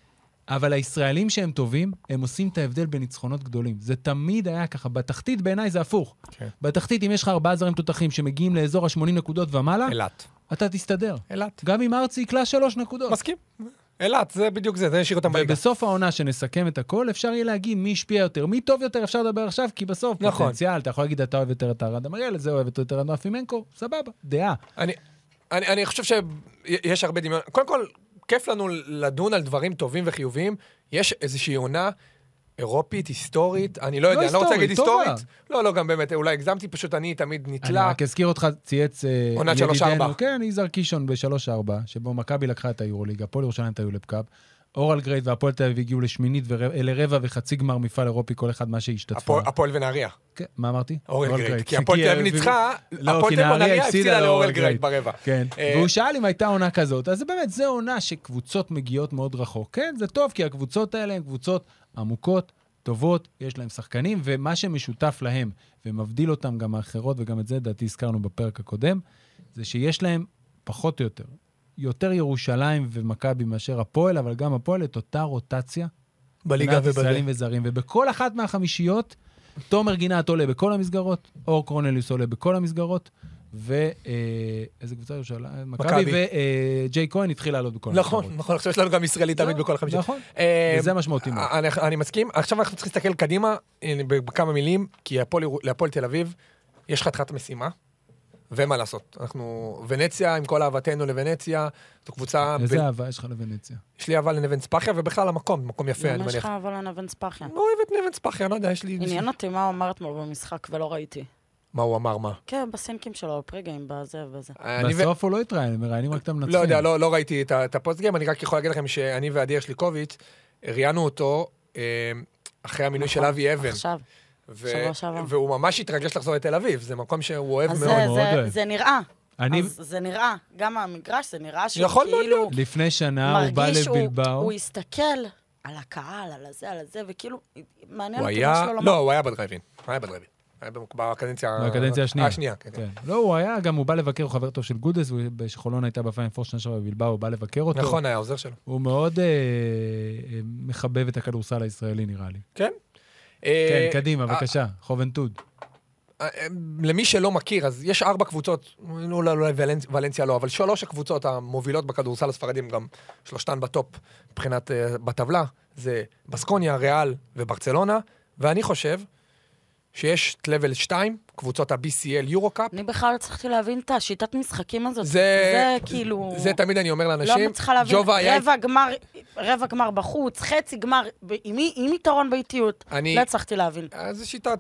אבל הישראלים שהם טובים, הם עושים את ההבדל בניצחונות גדולים. זה תמיד היה ככה. בתחתית בעיניי זה הפוך.
כן.
בתחתית, אם יש לך ארבעה זרים תותחים שמגיעים לאזור ה-שמונים נקודות ומעלה,
אילת.
אתה תסתדר.
אילת.
גם אם ארצי יקלה שלוש נקודות.
מסכים. אילת, זה בדיוק זה, זה השאיר אותם בליגה.
ובסוף העונה שנסכם את הכל, אפשר יהיה להגיד מי השפיע יותר, מי טוב יותר, אפשר לדבר עכשיו, כי בסוף
נכון.
פוטנציאל, אתה יכול להגיד, אתה אוהב יותר את ארד המריאל, זה אוהב יותר את אפימנקו, סבבה, דעה.
אני, אני, אני חושב שיש הרבה דמיון. קודם כל, כיף לנו לדון על דברים טובים וחיוביים. יש איזושהי עונה אירופית, היסטורית, אני לא יודע, אני לא רוצה להגיד
היסטורית, טובה.
היסטורית. לא, לא, גם באמת, אולי הגזמתי, פשוט אני תמיד
אני
נתלה.
רק אזכיר אותך, צייץ אה,
עונת שלוש ארבע.
ידידנו, כן, יזהר קישון ב-שלוש ארבע, שבו מכבי לקחה את היורוליגה, הפועל ירושלים את היולפ קאפ, אורל גרייט והפועל תל אביב הגיעו לשמינית ולרבע וחצי גמר מפעל אירופי, כל אחד מה שהשתתפה.
הפועל- הפועל ונהריה.
כן, מה אמרתי?
אורל גרייט. כי הפועל תל אביב
אה,
ניצחה,
לא,
הפועל
כי
תל אביב
נהריה
ונהריה הפסידה לאורל גרייט
גרייט.
ברבע.
כן,
אה,
והוא שאל אם הייתה עונה כזאת, אז זה באמת, זה עונה שקבוצות מגיעות מאוד רחוק. כן, זה טוב, כי הקבוצות האלה הן קבוצות עמוקות, טובות, יש להם שחקנים, ומה שמשותף להם, ומבדיל אותם גם האחרות, וגם את זה, דעתי, הזכרנו בפרק הקודם, זה שיש להם פחות או יותר, יותר ירושלים ומכבי מאשר הפועל, אבל גם הפועל את אותה רוטציה,
בליגה
מבחינת
ובזה.
ישראלים וזרים, ובכל אחת מהחמישיות, תומר גינת עולה בכל המסגרות, אור קרונליוס עולה בכל המסגרות, ואיזה קבוצה ירושלים? מכבי, וג'יי כהן התחיל לעלות בכל המסגרות.
נכון, נכון, עכשיו יש לנו גם ישראלי תמיד בכל החמישית.
נכון,
אה,
וזה משמעותי מאוד.
אני, אני מסכים. עכשיו אנחנו צריכים להסתכל קדימה, הנה, בכמה מילים, כי הפועל, להפועל תל אביב יש חתיכת משימה, ומה לעשות. אנחנו, ונציה, עם כל אהבתנו לוונציה, זו קבוצה...
איזה
ב...
אהבה יש לך לוונציה?
יש לי אהבה לנבן ספחיה, ובכלל המקום, מקום יפה, אני
למה יש
מניח.
לך אבל לנבן ספחיה?
לא אוהב את נבן ספחיה, לא יודע, יש לי...
עניין אותי מה הוא אמר אתמול במשחק ולא ראיתי.
מה הוא אמר, מה?
כן, בסינקים שלו, הפריגיים, בזה וזה.
אני ו-
בסוף הוא לא התראיין, הם מראיינים רק את המנצחים.
לא יודע, לא, לא ראיתי את, ה- את הפוסט גיים, אני רק יכול להגיד לכם שאני ועדי הרשליקוביץ' ראיינו אותו אה, אחרי המינוי של אבי אבן.
עכשיו.
ו-
שבוע שעבר.
והוא ממש התרגש לחזור לתל אביב, זה מקום שהוא אוהב
אז
מאוד.
זה-
מאוד
זה-
אוהב.
זה נראה.
אני,
אז זה נראה. גם המגרש, זה נראה שהוא
יכול מאוד
כאילו...
לפני שנה הוא בא
מרגיש שהוא-
לבלבאו.
הוא הסתכל על הקהל, על הזה, על הזה, וכאילו, מעניין
הוא
אותי מה
היה,
שלו
לא,
לומר.
הוא היה בדרייבין, הוא היה בדרייבין. היה בקדנציה...
בקדנציה השנייה.
השנייה, כן, כן.
כן. לא, הוא היה, גם הוא בא לבקר, הוא חבר טוב של גודס, הוא בשחולון הייתה בפיין פור שנה שעברה בבלבאו, הוא בא לבקר אותו.
נכון, היה עוזר שלו.
הוא מאוד אה, אה, מחבב את הכדורסל הישראלי, נראה לי.
כן?
כן,
אה,
קדימה,
אה,
בבקשה, חובנטוד.
אה, למי שלא מכיר, אז יש ארבע קבוצות, לא, לא, לא, ולנ- ולנסיה לא, אבל שלוש הקבוצות המובילות בכדורסל הספרדים, גם שלושתן בטופ מבחינת אה, בטבלה, זה בסקוניה, ריאל וברצלונה, ואני חושב שיש את לבל שתיים, קבוצות ה-בי סי אל יורו-קאפ.
אני בכלל לא צריכתי להבין את השיטת משחקים הזאת.
זה,
זה כאילו...
זה תמיד אני אומר לאנשים.
לא מצליחה להבין.
ג'ובה היה...
רבע גמר, רבע גמר בחוץ, חצי גמר, ב- עם מי- עם יתרון באיטיות.
אני-
לא הצלחתי להבין.
אז זו שיטת,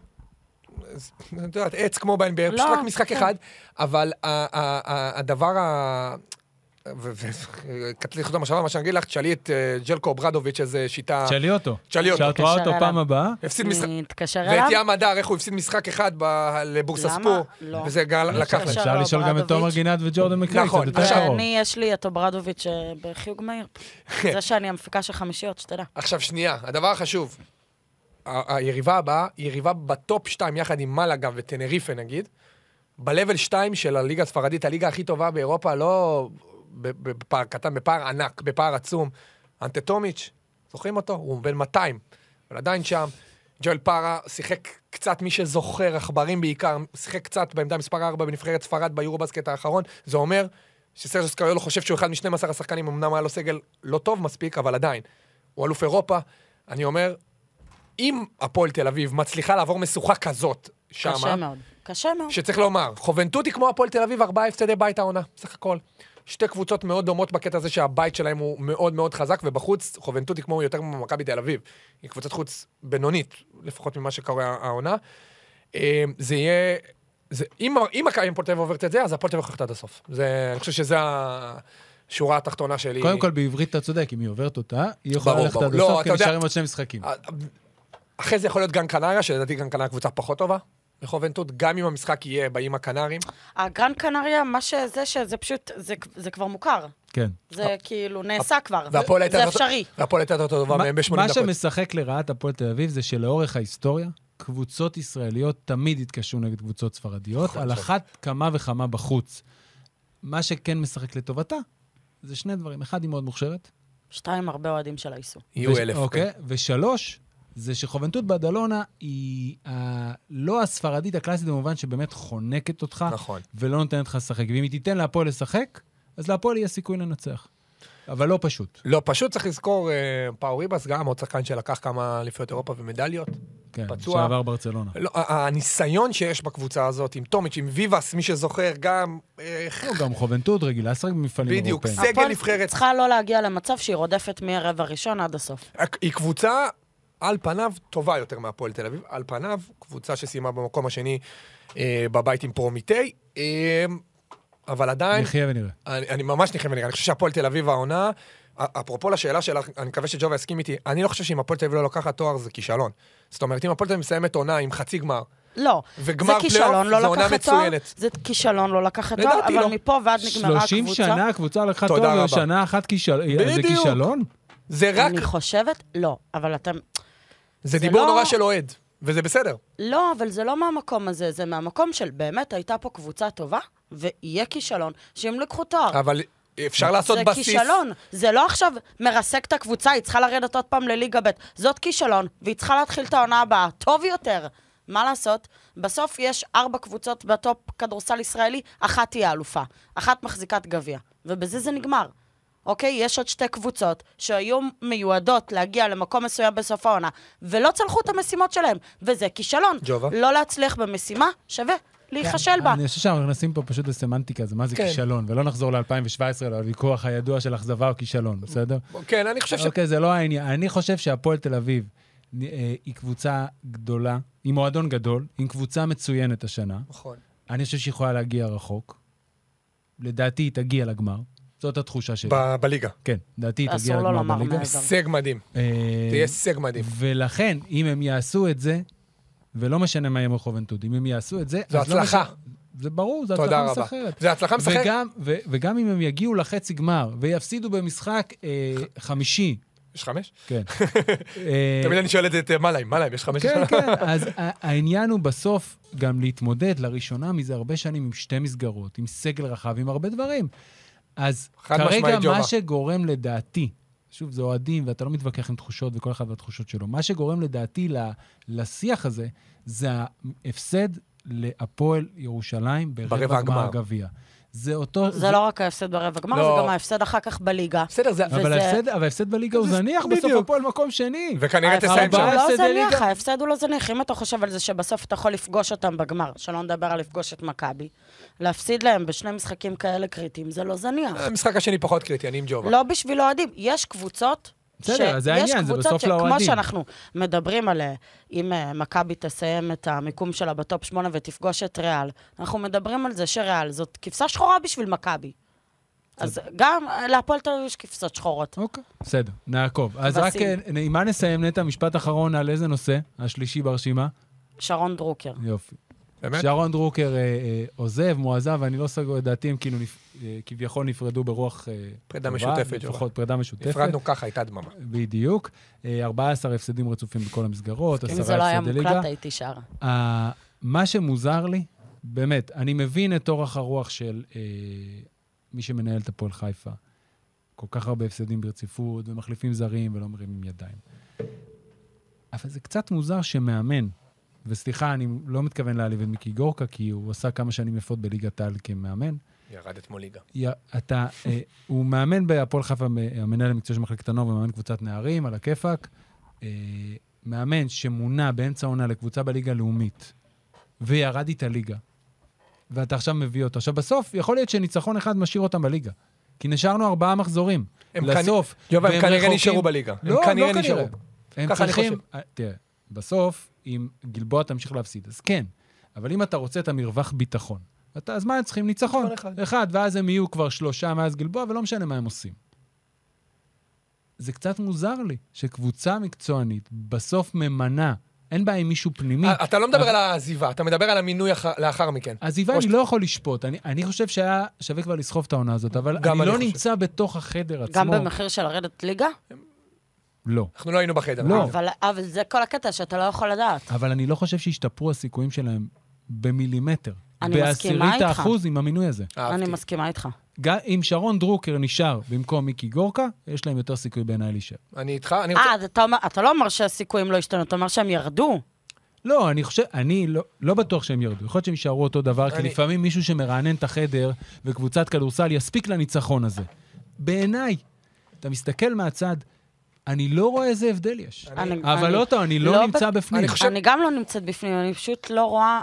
את יודעת, עץ כמו ב-אן בי איי,
לא,
פשוט רק משחק
כן.
אחד, אבל ה- ה- ה- הדבר ה... וקטלי חותם עכשיו, מה שאני אגיד לך, תשאלי את אה, ג'לקו ברדוביץ' איזה שיטה...
תשאלי אותו.
תשאלי אותו.
שאת רואה
תתקשר
אותו פעם
אליו.
הבאה,
הפסיד משחק...
אני אתקשר אליו.
ואת ים הדר, איך הוא הפסיד משחק אחד ב- לבורסה
למה?
ספור,
לא.
וזה גל- לקח
תתקשר
להם.
אפשר
לו,
לשאול גם את תומר
ברדוביץ'.
גינת וג'ורדן מקריי,
נכון,
קצת יותר קרוב.
ואני, יש לי את אוברדוביץ' אה, בחיוג מהיר. זה שאני המפיקה של חמישיות, שתדע.
עכשיו שנייה, הדבר החשוב, ה- היריבה הבאה, היא יריבה בטופ שתיים, יחד עם מלאגה וטנריפה נגיד, בלבל שתיים של הליגה הספרדית, הליגה הכי טובה באירופה, לא ב- בפער קטן, בפער ענק, בפער עצום. אנטטומיץ', זוכרים אותו? הוא בן מאתיים, אבל עדיין שם. ג'ואל פארה שיחק קצת, מי שזוכר, עכברים בעיקר, שיחק קצת בעמדה מספר ארבע בנבחרת ספרד ביורובסקט האחרון, זה אומר שסרג'יו סקריולו חושב שהוא אחד מ-שנים עשר השחקנים, אמנם היה לו סגל לא טוב מספיק, אבל עדיין, הוא אלוף אירופה. אני אומר, אם הפועל תל אביב מצליחה לעבור משוכה כזאת, שמה,
קשה מאוד, קשה מאוד.
שצריך לומר, חובנטות היא כמו הפועל תל אביב, ארבעה הפסדי בית העונה, סך הכל. שתי קבוצות מאוד דומות בקטע הזה שהבית שלהם הוא מאוד מאוד חזק, ובחוץ חובנטות היא כמו יותר ממכבי תל אביב. היא קבוצת חוץ בינונית, לפחות ממה שקורה העונה. זה יהיה, זה, אם, אם הפועל תל אביב עוברת את זה, אז הפועל תל אביב הולכת עד הסוף. זה, אני חושב שזה השורה התחתונה שלי.
קודם כל, בעברית אתה צודק, אם היא עוברת אותה, היא יכולה
ברור,
ללכת
ברור.
עד
לא,
הסוף,
אתה
כי
יודע-
נשארים עוד שני משחקים.
אחרי זה יכול להיות גן קנריה, שלדעתי גן קנריה קבוצה פחות טובה לחובנטות, גם אם המשחק יהיה באיים הקנרים.
הגרן קנריה, מה שזה, שזה פשוט, זה, זה כבר מוכר.
כן.
זה כאילו נעשה כבר.
והפועל הייתה
זה
יותר-
אפשרי.
והפועל הייתה יותר טובה
מה-
מהם ב-שמונים
מה
דקות.
שמשחק לרעת הפועל תל אביב זה שלאורך ההיסטוריה, קבוצות ישראליות תמיד התקשו נגד קבוצות ספרדיות,
נכון,
על
טוב.
אחת כמה וכמה בחוץ. מה שכן משחק לטובתה, זה שני דברים. אחד, היא מאוד מוכשרת.
שתיים, הרבה אוהדים של האיסו.
יהיו
וש-
אלף.
אוקיי, ושלוש, זה שחובנטות באדלונה היא ה- לא הספרדית הקלאסית במובן שבאמת חונקת אותך,
נכון.
ולא נותנת לך לשחק. ואם היא תיתן להפועל לשחק, אז להפועל יהיה סיכוי לנצח. אבל לא פשוט.
לא, פשוט צריך לזכור, אה, פאו ריבס, גם עוד שחקן שלקח כמה אליפויות אירופה ומדליות.
כן,
פצוע.
שעבר ברצלונה.
לא, ה- הניסיון שיש בקבוצה הזאת, עם טומיץ', עם ויבאס, מי שזוכר, גם... אה,
לא, גם חובנטות רגילה, לשחק במפעלים
בדיוק,
אירופאים.
סגל נבחרת.
צריכה לא להגיע למצב שהיא רודפת מהרבע הראשון עד הסוף.
היא קבוצה, על פניו, טובה יותר מהפועל תל אביב. על פניו, קבוצה שסיימה במקום השני אה, בבית עם פרומיטי. אה, אבל עדיין,
נחיה ונראה.
אני, אני ממש נחיה ונראה. אני חושב שהפועל תל אביב העונה, אפרופו לשאלה שלך, אני מקווה שג'ובה יסכים איתי, אני לא חושב שאם הפועל תל אביב לא לוקחת תואר, זה כישלון. זאת אומרת, אם הפועל תל אביב מסיימת עונה עם חצי גמר,
לא,
וגמר
זה כישלון
פלייאוף,
לא
זו עונה
לקחת תואר,
מצוינת.
זה כישלון לא לקחת תואר,
לדעתי
אבל
לא.
מפה ועד נגמרה
שלושים
הקבוצה.
שנה הקבוצה לקחה
תודה
תואר,
רבה.
ושנה אחת כישלון. זה
בדיוק.
כישלון?
זה רק,
אני חושבת, לא, אבל אתם...
זה
זה
דיבור
לא-
נורא של אוהד, וזה בסדר.
לא, אבל זה לא מהמקום הזה, זה מהמקום של באמת הייתה פה קבוצה טובה, ויהיה כישלון שהם לקחו תואר.
אבל אפשר לעשות
זה
בסיס.
כישלון. זה לא עכשיו מרסק את הקבוצה, היא צריכה לרדת עוד פעם לליגה ב'. זאת כישלון, והיא צריכה להתחיל את העונה הבאה. טוב יותר. מה לעשות? בסוף יש ארבע קבוצות בטופ כדורסל ישראלי, אחת תהיה אלופה. אחת מחזיקת גביע. ובזה זה נגמר. אוקיי? יש עוד שתי קבוצות שהיו מיועדות להגיע למקום מסוים בסוף העונה, ולא צלחו את המשימות שלהם. וזה כישלון.
ג'ובה?
לא להצליח במשימה שווה להיכשל בה.
אני חושב שאנחנו נכנסים פה פשוט לסמנטיקה, זה מה זה
כן.
כישלון, ולא נחזור ל-אלפיים שבע עשרה, לוויכוח הידוע של אכזבה או כישלון, בסדר?
כן, אני חושב ש...
אוקיי, זה לא העניין. אני חושב שהפועל תל אביב אה, היא קבוצה גדולה, היא מועדון גדול, עם קבוצה מצוינת השנה.
נכון.
אני חושב שהיא יכולה להגיע רחוק. לדעתי היא תגיע לגמר. זאת התחושה שלי.
ב- בליגה.
כן, לדעתי היא
אסור
תגיע
לו
לגמר
לומר
בליגה.
מעבר.
הישג מדהים.
אה,
תהיה הישג מדהים.
ולכן, אם הם יעשו את זה, ולא משנה מה יהיה מוחובנטות, אם הם יעשו את זה...
זו
אז לא
הצלחה.
משנה- זה ברור, זו
תודה
הצלחה
רבה.
מסחררת.
זה הצלחה מסחררת.
וגם, ו, וגם אם הם יגיעו לחצי גמר, ויפסידו במשחק אה, חמישי,
יש חמש?
כן. אה,
תמיד אני שואל את מלאיים, מלאיים, יש חמש?
כן, כן, אז ה- העניין הוא בסוף גם להתמודד לראשונה מזה הרבה שנים עם שתי מסגרות, עם סגל רחב, עם הרבה דברים. אז
חד
כרגע
משמעית, ג'ובה.
מה שגורם לדעתי, שוב, זה אוהדים, ואתה לא מתווכח עם תחושות, וכל אחד והתחושות שלו, מה שגורם לדעתי ל- לשיח הזה, זה ההפסד להפועל ירושלים
ברבע
ברבע
הגמר.
גמר הגביע. זה אותו...
זה לא רק ההפסד ברבע גמר,
לא.
זה גם ההפסד אחר כך בליגה.
בסדר, זה...
אבל
וזה-
ההפסד- אבל ההפסד בליגה הוא
זה-
זניח, בסוף
בדיוק.
הפועל מקום שני.
וכנראה תסיים
ההפסד
שם.
ארבעה
הוא לא
הפסדי
זניח,
ליגה.
ההפסד הוא לא זניח. אם אתה חושב על זה שבסוף אתה יכול לפגוש אותם בגמר, שלא נדבר על לפגוש את מכבי, להפסיד להם בשני משחקים כאלה קריטיים, זה לא זניח.
המשחק השני פחות קריטי, אני עם ג'ובה.
לא בשביל אוהדים. יש קבוצות...
בסדר, אז זה
יש
העניין, זה
קבוצות
בסוף
שכמו
לאוהדים.
שאנחנו מדברים על אה, אם אה, מכבי תסיים את המיקום שלה בטופ שמונה ותפגוש את ריאל, אנחנו מדברים על זה שריאל זאת כבשה שחורה בשביל מכבי. אז גם אה, להפועל תל אביב יש כבשות שחורות.
אוקיי, בסדר, נעקוב. אז רק,
ושים.
אה, עם מה נסיים, נטע, משפט אחרון על איזה נושא? השלישי ברשימה?
שרון דרוקר.
יופי.
באמת?
שרון דרוקר אה, אה, עוזב, מועזב, ואני לא סגור את דעתי, הם כאילו נפ... אה, כביכול נפרדו ברוח אה,
פרידה
טובה,
משותפת, ג'ובה.
לפחות פרידה משותפת.
הפרדנו ככה, הייתה דממה.
בדיוק. אה, ארבעה עשר הפסדים רצופים בכל המסגרות,
אם
עשרה
זה לא היה
הפסדי ליגה.
מוקלט, הייתי שרה.
ה- מה שמוזר לי, באמת, אני מבין את אורך הרוח של אה, מי שמנהל את הפועל חיפה. כל כך הרבה הפסדים ברציפות, ומחליפים זרים ולא מרימים ידיים. אבל זה קצת מוזר שמאמן, וסליחה, אני לא מתכוון להעליב את מיקי גורקה, כי הוא עשה כמה שנים יפות בליגת העל כמאמן,
ירד אתמול ליגה.
י- אתה, אה, הוא מאמן בהפועל חיפה, המנהל המקצועי של מחלקת הנוער, ומאמן קבוצת נערים, על הכיפק. אה, מאמן שמונה באמצע עונה לקבוצה בליגה הלאומית, וירד איתה ליגה. ואתה עכשיו מביא אותו. עכשיו, בסוף, יכול להיות שניצחון אחד משאיר אותם בליגה. כי נשארנו ארבעה מחזורים.
הם
לסוף.
כנ- יוב, הם
והם
כנראה
רחוקים-
נשארו בליגה.
לא,
הם כנראה
לא
נשארו.
כנראה. הם
ככה אני
צריכים... תראה, בסוף, אם גלבוע תמשיך להפסיד, אז כן. אבל אם אתה רוצה את המרווח ביטחון, אתה, אז מה הם צריכים? ניצחון.
אחד.
אחד, ואז הם יהיו כבר שלושה מאז גלבוע, ולא משנה מה הם עושים. זה קצת מוזר לי, שקבוצה מקצוענית בסוף ממנה, אין בעיה עם מישהו פנימי.
אתה לא מדבר על העזיבה, אתה מדבר על המינוי אח- לאחר מכן.
עזיבה אני לא יכול לשפוט. אני, אני חושב שהיה שווה כבר לסחוב את העונה הזאת, אבל
גם
אני
אני
לא
חושב.
נמצא בתוך החדר עצמו.
גם במחיר של לרדת ליגה?
לא.
אנחנו לא היינו בחדר.
לא.
אבל, אבל זה כל הקטע שאתה לא יכול לדעת.
אבל אני לא חושב שהשתפרו הסיכויים שלהם במילימטר.
אני מסכימה
בעשירית
איתך.
האחוז עם המינוי הזה.
אהבתי.
אני מסכימה איתך.
גם אם שרון דרוקר נשאר במקום מיקי גורקה, יש להם יותר סיכוי בעיניי להישאר.
אני איתך, אני רוצה...
אה, אז אתה, אומר- אתה לא אומר שהסיכויים לא השתנו, אתה אומר שהם ירדו.
לא, אני חושב, אני לא, לא בטוח שהם ירדו. יכול להיות שהם יישארו אותו דבר, כי
אני-
לפעמים מישהו שמרענן את החדר וקבוצת כדורסל יספיק לניצחון הזה. בעיניי, אתה מסתכל מהצד, אני לא רואה איזה הבדל יש.
אני-
אבל
אני-
לא טוב, אני לא
לא
נמצא
ב-
בפנים.
אני חושב-
אני גם לא נמצאת בפנים, אני פשוט לא רואה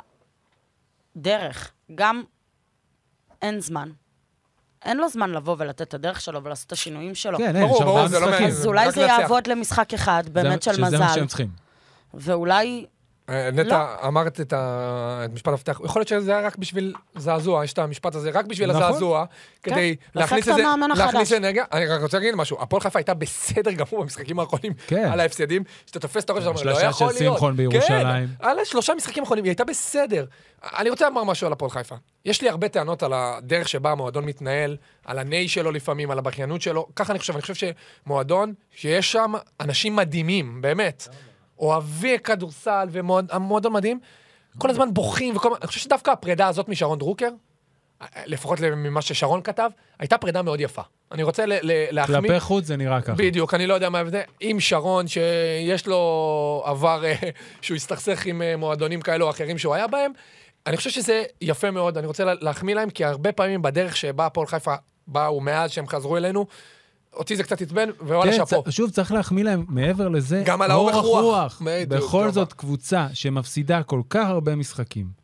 דרך. גם אין זמן. אין לו זמן לבוא ולתת את הדרך שלו ולעשות את השינויים שלו.
כן, אין,
ברור,
יש
ברור,
ארבעה
זה לא
משחקים.
מעניין.
אז אולי
רק
זה
לנצח.
יעבוד למשחק אחד, באמת של
שזה מה
מזל.
שהם צריכים.
ואולי...
אה, נטע, אמרת את ה- את משפט המפתח, יכול להיות שזה היה רק בשביל זעזוע, יש את המשפט הזה, רק בשביל
נכון.
הזעזוע, כדי להכניס
אפקט
את זה,
המאמן
להכניס
החדש.
אנרגיה. אני רק רוצה להגיד משהו, הפועל חיפה הייתה בסדר גמור במשחקים האחרונים,
כן.
על ההפסדים, שאתה תופס את הראש, אתה אומר, לא
השלושה
יכול
של
להיות.
שמחון בירושלים.
כן, על השלושה משחקים האחרונים, היא הייתה בסדר. אני רוצה לומר משהו על הפועל חיפה. יש לי הרבה טענות על הדרך שבה המועדון מתנהל, על הני שלו לפעמים, על הבכיינות שלו, ככה אני חושב, אני חושב שמועדון, שיש שם אנשים מדהימים, באמת. אוהבי כדורסל ומועדון מדהים, כל הזמן בוכים, וכל... אני חושב שדווקא הפרידה הזאת משרון דרוקר, לפחות ממה ששרון כתב, הייתה פרידה מאוד יפה. אני רוצה ל- ל- להחמיא...
כלפי חוץ זה נראה ככה.
בדיוק, אני לא יודע מה זה. עם שרון, שיש לו עבר אה, שהוא הסתכסך עם אה, מועדונים כאלו או אחרים שהוא היה בהם, אני חושב שזה יפה מאוד, אני רוצה לה- להחמיא להם, כי הרבה פעמים בדרך שבה הפועל חיפה באו מאז שהם חזרו אלינו, אותי זה קצת עצבן, ווואלה
כן,
שפו.
צ- שוב, צריך להחמיא להם מעבר לזה,
גם על האורך רוח.
רוח.
בדיוק,
בכל
טובה.
זאת, קבוצה שמפסידה כל כך הרבה משחקים,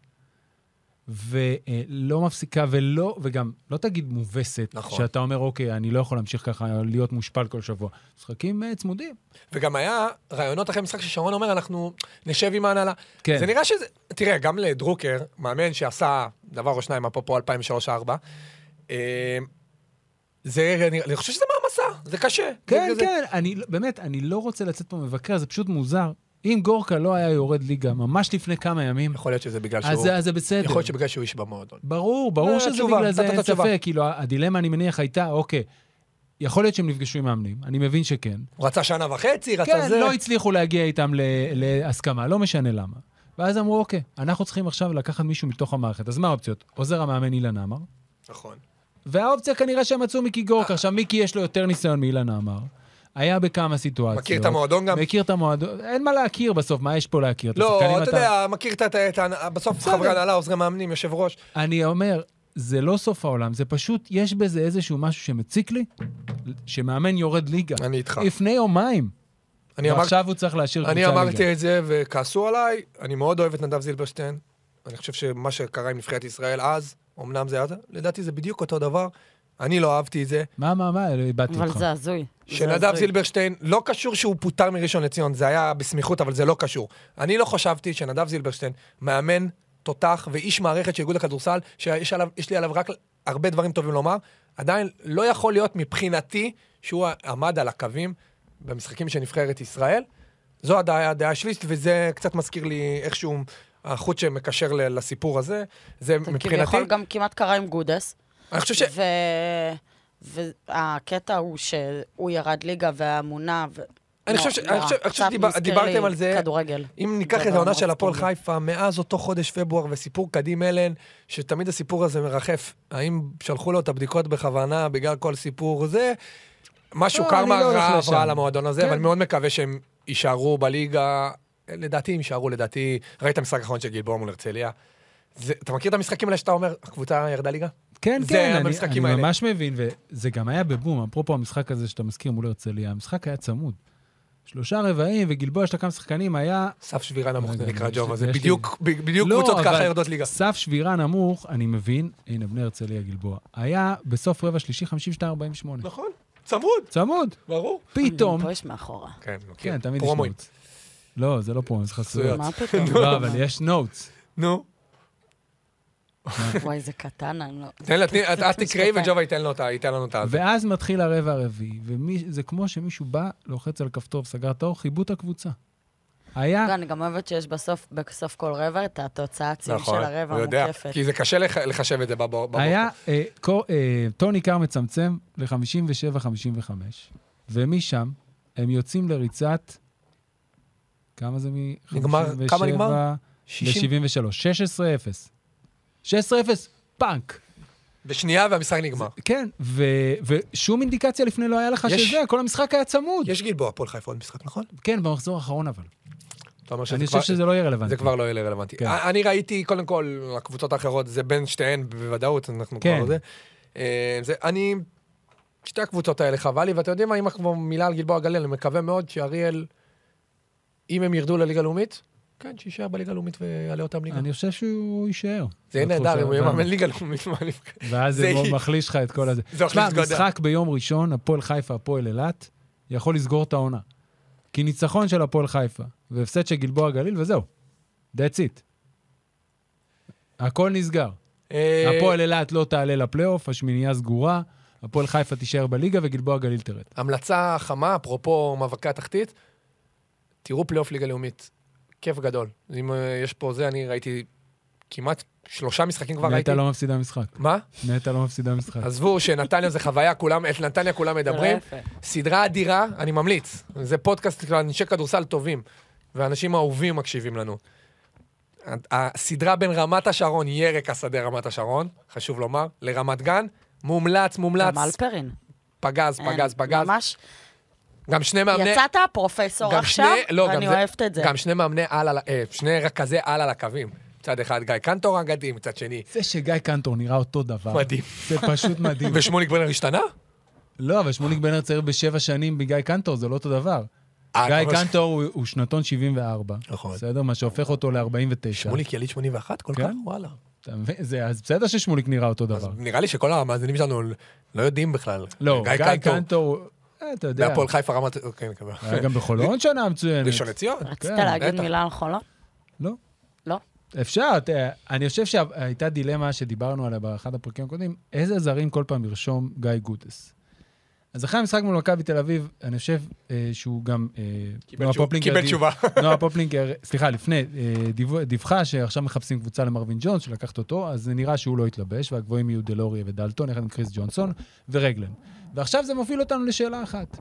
ולא מפסיקה, ולא, וגם, לא תגיד מובסת,
נכון.
שאתה אומר, אוקיי, אני לא יכול להמשיך ככה להיות מושפל כל שבוע. משחקים אה, צמודים.
וגם היה רעיונות אחרי משחק ששרון אומר, אנחנו נשב עם ההנהלה.
כן.
זה נראה שזה... תראה, גם לדרוקר, מאמן שעשה דבר או שניים, אפרופו אלפיים ושלוש ארבע, אה, זה, אני, אני חושב שזה מעמסה, זה קשה.
כן,
זה,
כן, אני, באמת, אני לא רוצה לצאת פה מבקר, זה פשוט מוזר. אם גורקה לא היה יורד ליגה ממש לפני כמה ימים,
יכול להיות שזה בגלל
אז
שהוא...
זה- אז זה בסדר.
יכול להיות שבגלל שהוא איש במועדון.
ברור, ברור
אה,
שזה
התשובה,
בגלל זה,
נתת את
אין
התשובה.
ספק. כאילו, הדילמה, אני מניח, הייתה, אוקיי, יכול להיות שהם נפגשו עם מאמנים, אני מבין שכן.
הוא רצה שנה וחצי, רצה
כן,
זה...
לא הצליחו להגיע איתם ל- להסכמה, לא משנה למה. ואז אמרו, אוקיי, אנחנו צריכים עכשיו לקחת מישהו מתוך המערכת. אז מה האופציות? עוזר המאמן אילן עמר,
נכון.
והאופציה כנראה שהם מצאו מיקי גורקה. עכשיו, מיקי יש לו יותר ניסיון מאילן עמר. היה בכמה סיטואציות.
מכיר את המועדון גם?
מכיר את המועדון. אין מה להכיר בסוף, מה יש פה להכיר?
לא,
השחקנים
אתה יודע, מכיר את ה... את ה- בסוף
בסדר.
חברי הנהלה, עוזרי מאמנים, יושב ראש.
אני אומר, זה לא סוף העולם, זה פשוט, יש בזה איזשהו משהו שמציק לי, שמאמן יורד ליגה.
אני איתך.
לפני יומיים.
אני אמרתי...
ועכשיו הוא צריך להשאיר קבוצה
אני
ליגה.
אמרתי את זה וכעסו עליי, אני מאוד אוהב את נדב זילברשטיין, אני חושב שמה שקרה עם נבחרת ישראל אז, אמנם זה היה, לדעתי זה בדיוק אותו דבר, אני לא אהבתי את זה,
מה, מה, מה, איבדתי
אבל
אותך.
זה הזוי. זה
שנדב
הזוי.
זילברשטיין, לא קשור שהוא פוטר מראשון לציון, זה היה בסמיכות, אבל זה לא קשור. אני לא חשבתי שנדב זילברשטיין מאמן תותח ואיש מערכת של איגוד הכדורסל, שיש עליו, יש לי עליו רק הרבה דברים טובים לומר, עדיין לא יכול להיות מבחינתי שהוא עמד על הקווים במשחקים של נבחרת ישראל. זו הדעה, הדעה שלי, וזה קצת מזכיר לי איכשהו החוט שמקשר ל- לסיפור הזה. זה
זה
מבחינתי...
כביכול גם כמעט קרה עם גודס.
אני חושב ש...
ו... והקטע הוא שהוא ירד ליגה והאמונה... ו...
אני
לא,
חושב ש-
נורא.
אני חושב- אני חושב
קצת
שדיבר-
מזכיר
דיברתם
לי
על זה.
כדורגל.
אם ניקח
זה
את העונה
ברמות
של הפועל
ספורט.
חיפה, מאז אותו חודש פברואר וסיפור קדים אלן, שתמיד הסיפור הזה מרחף, האם שלחו לו את הבדיקות בכוונה בגלל כל סיפור זה, משהו
לא,
קרמה
אני לא הולך
רע
לשם.
עברה על המועדון הזה,
כן.
ואני מאוד מקווה שהם יישארו בליגה, לדעתי הם יישארו, לדעתי, ראית המשחק האחרון של גלבוע מול הרצליה, זה- אתה מכיר את המשחקים האלה שאתה אומר, הקבוצה ירדה ליגה?
כן,
זה
כן, אני,
המשחקים
אני
האלה.
ממש מבין, וזה גם היה בבום, אפרופו המשחק הזה שאתה מזכיר מול הרצליה, המשחק היה צמוד. שלושה רבעים וגלבוע של כמה שחקנים היה...
סף שבירה נמוך, זה
רגע,
נקרא
יש-
ג'ובה, זה
יש לי-
בדיוק בדיוק
לא,
קבוצות ככה
אבל
יורדות ליגה.
סף שבירה נמוך, אני מבין, הנה, בני הרצליה גלבוע, היה בסוף רבע שלישי חמישים ושתיים ארבעים ושמונה.
נכון, צמוד,
צמוד.
ברור.
פתאום...
פה יש מאחורה.
כן, מכיר.
כן, תמיד יש
פרומואים.
נוטס. לא, זה לא פרומו, זה חסויות.
מה פתאום?
לא, אבל יש נוטס.
נו.
וואי, זה קטן, אני לא...
תן לה, תני- את את תקראי
משקפיים.
וג'ובה ייתן לו אותה, ייתן לנו אותה.
ואז מתחיל הרבע הרביעי, וזה כמו שמישהו בא, לוחץ על כפתור, סגר את האור, חיבו את הקבוצה. היה...
לא, אני גם אוהבת שיש בסוף, בסוף כל רבע, את התוצאה הציון של
נכון,
הרבע
הוא יודע,
המוקפת.
כי זה קשה לח- לחשב את זה בבוקר.
היה, אה, קור- אה, טוני קאר מצמצם ל-חמישים ושבע חמישים וחמש, ומשם הם יוצאים לריצת, כמה זה מ-חמישים ושבע?
נגמר- כמה נגמר? שישים
ל-שבעים ושלוש, שש עשרה אפס. שש עשרה אפס, פאנק.
בשנייה והמשחק נגמר.
כן, ו- ושום אינדיקציה לפני לא היה לך
יש-
שזה, כל המשחק היה צמוד.
יש גלבוע, הפועל חיפה עוד משחק, נכון?
כן, במחזור האחרון אבל.
אתה אומר שזה
אני
כבר-
חושב שזה לא יהיה רלוונטי.
זה כבר לא יהיה רלוונטי.
כן.
אני ראיתי, קודם כל, הקבוצות האחרות, זה בין שתיהן בוודאות, אנחנו
כן.
כבר זה. אה, זה. אני, שתי הקבוצות האלה חבל לי, ואתה יודע מה, אם כבר מילה על גלבוע גליל, אני מקווה מאוד שאריאל, אם הם ירדו לליגה לאומית, כן, שישאר בליגה לאומית ויעלה אותם ליגה.
אני חושב שהוא יישאר.
זה יהיה נהדר, אם הוא
בתחושה,
יאמן ליגה לאומית. מה אני-
ואז
זה
זה
היא-
מחליש לך את כל הזה.
זה
תשמע,
מחליש גודל.
משחק ביום ראשון, הפועל חיפה, הפועל אילת, יכול לסגור את העונה. כי ניצחון של הפועל חיפה, והפסד של גלבוע גליל, וזהו. That's it. הכל נסגר.
אה,
הפועל אילת לא תעלה לפלייאוף, השמינייה סגורה, הפועל חיפה תישאר בליגה וגלבוע גליל תרד.
המלצה חמה, אפרופו מאבקי התחתית, תראו פלייאוף ליגה לאומית. כיף גדול. אם אה, יש פה זה, אני ראיתי כמעט שלושה משחקים כבר ראיתי.
נטע לא מפסידה משחק.
מה?
נטע לא מפסידה משחק.
עזבו שנתניה זה חוויה, כולם, את נתניה כולם מדברים.
זה לא יפה.
סדרה אדירה, אני ממליץ. זה פודקאסט של אנשי כדורסל טובים, ואנשים אהובים מקשיבים לנו. הסדרה בין רמת השרון, ירק השדה רמת השרון, חשוב לומר, לרמת גן, מומלץ, מומלץ,
גם אלפרין.
פגז,
אין,
פגז, פגז.
ממש,
גם שני מאמני...
יצאת פרופסור
גם
עכשיו,
שני- לא, גם
ואני
זה-
אוהבת את זה.
גם שני מאמני על, על, אה, שני רכזי על על הקווים. מצד אחד גיא קנטור אגדי, מצד שני.
זה שגיא קנטור נראה אותו דבר.
מדהים.
זה פשוט מדהים.
ושמוליק ברנר השתנה?
לא, אבל שמוליק בנר צעיר בשבע שנים בגיא קנטור, זה לא אותו דבר.
אה,
גיא
אבל-
קנטור הוא- הוא שנתון שבעים וארבע.
נכון.
בסדר? מה שהופך אותו ל-ארבעים ותשע.
שמוליק יליד שמונים ואחת כל
כן.
כך? וואלה.
אתה מבין? זה- אז בסדר ששמוליק נראה אותו
אז
דבר.
נראה לי שכל המאזינים שלנו לא יודעים בכלל.
לא,
גיא
גיא
קנטור,
קנטור, אה, אתה יודע,
בהפועל חיפה רמת... אוקיי, נקווה.
היה גם בחולון שנה מצוינת.
ראשון לציון.
רצית
כן,
להגיד
בטח.
מילה על חולון?
לא.
לא?
אפשר, תראה, אני חושב שהייתה דילמה שדיברנו עליה באחד הפרקים הקודמים, איזה זרים כל פעם ירשום גיא גודס. אז אחרי המשחק מול מכבי תל אביב, אני חושב אה, שהוא גם... אה,
קיבל
נועה
תשוב-
פופלינגר
קיבל
דיו-
תשובה.
נועה פופלינגר, סליחה, לפני, אה, דיוו- דיווחה שעכשיו מחפשים קבוצה למרווין ג'ונס, שלקחת אותו, אז זה נראה שהוא לא יתלבש, והגבוהים יהיו דלוריה ודלטון, יחד עם קריס ג'ונסון ורגלן. ועכשיו זה מוביל אותנו לשאלה אחת.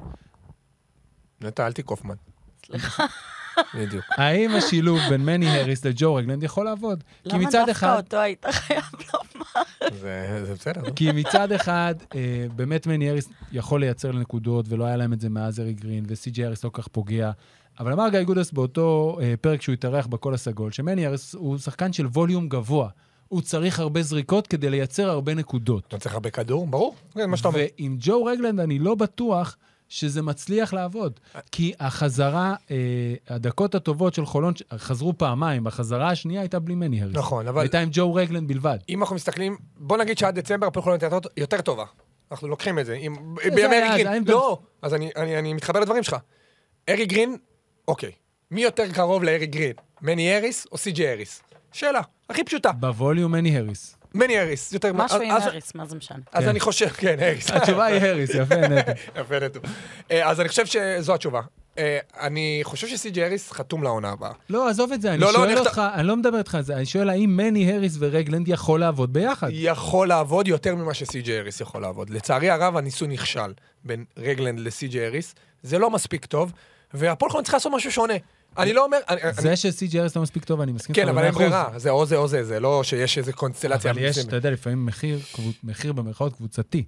נטע, אל תיקופמן.
סליחה.
בדיוק.
האם השילוב בין מני הריס לג'ו רגלנד יכול לעבוד? כי
למה
מצד
דווקא
אחד...
אותו היית חייב לומר?
זה זה בסדר.
כי מצד אחד, אה, באמת מני אריס יכול לייצר לנקודות, ולא היה להם את זה מאז ארי גרין, וסי.ג'י אריס לא כל כך פוגע. אבל אמר גיא גודס באותו אה, פרק שהוא התארח בכל הסגול, שמני אריס הוא שחקן של ווליום גבוה. הוא צריך הרבה זריקות כדי לייצר הרבה נקודות.
אתה צריך הרבה כדור? ברור. כן, מה שאתה אומר.
ועם ג'ו רגלנד אני לא בטוח שזה מצליח לעבוד. כי החזרה, אה, הדקות הטובות של חולון, חזרו פעמיים, החזרה השנייה הייתה בלי מני הריס.
נכון, אבל
הייתה עם ג'ו רגלנד בלבד.
אם אנחנו מסתכלים, בוא נגיד שעד דצמבר הפועל חולון יותר- יותר טובה. אנחנו לוקחים את זה. אם-
זה
בימי
היה,
ארי
זה
גרין.
היה-
לא, אז אני- אני אני מתחבר לדברים שלך. ארי גרין, אוקיי. מי יותר קרוב לארי גרין? מני אריס או סי.ג'י אריס? שאלה, הכי פשוטה.
בווליום מני הריס.
מני אריס, יותר...
משהו עם
אז-
אריס, מה זה משנה?
אז
כן.
אני חושב, כן, אריס.
התשובה היא הריס, יפה נטע.
יפה נטו. אה, אז אני חושב שזו התשובה. אה, אני חושב שסי.ג'י אריס חתום לעונה הבאה.
לא, עזוב את זה, אני
לא, לא,
שואל
אני
אותך, אני לא מדבר איתך על זה, אני שואל האם מני הריס ורגלנד יכול לעבוד ביחד?
יכול לעבוד יותר ממה שסי.ג'י אריס יכול לעבוד. לצערי הרב, הניסוי נכשל בין רגלנד לסי.ג'י אריס. זה לא מספיק טוב, והפועל חולון צריך לעשות משהו שונה. אני לא אומר... אני- אני-
זה שסי.ג'י אריס לא מספיק טוב, אני מסכים
כן,
איתך
אבל
במאה
אין
אחוז.
ברירה. זה או זה או זה, זה לא שיש איזו קונסטלציה.
אבל יש,
מסוימת.
אתה יודע, לפעמים מחיר, מחיר במרכאות קבוצתי.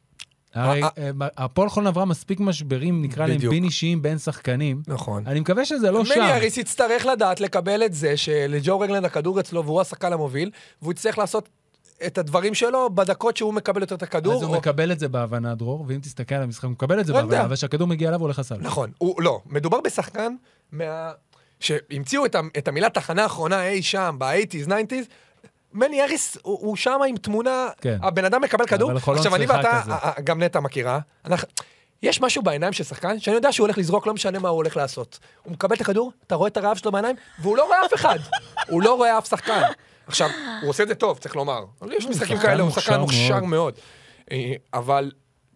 הרי
אה,
אה, הפועל חולון עברה מספיק משברים, נקרא להם
בדיוק.
בין אישיים, בין שחקנים.
נכון.
אני מקווה שזה לא שם.
מני אריס יצטרך לדעת לקבל את זה שלג'ו רגלנד הכדור אצלו והוא השחקן המוביל, והוא יצטרך לעשות את הדברים שלו בדקות שהוא מקבל יותר את הכדור.
אז הוא
או...
מקבל את זה בהבנה, דרור, ואם תסתכל על המשחק, הוא מקבל את זה
לא
בהבנה,
יודע.
אבל כשהכדור מגיע אליו, הוא הולך לסל.
נכון, הוא, לא, מדובר בשחקן מה... שהמציאו את, ה... את המילה תחנה האחרונה אי שם, ב-שמונים, תשעים, מני אריס הוא, הוא שם עם תמונה,
כן.
הבן אדם מקבל כדור, עכשיו אני ואתה, גם נטע מכירה, אנחנו... יש משהו בעיניים של שחקן, שאני יודע שהוא הולך לזרוק, לא משנה מה הוא הולך לעשות. הוא מקבל את הכדור, אתה רואה את הרעב שלו בעיניים, והוא לא רואה אף אחד. הוא לא רואה אף שחקן. עכשיו, הוא עושה את זה טוב, צריך לומר. יש משחקים כאלה, הוא שחקן מוכשר מאוד. אבל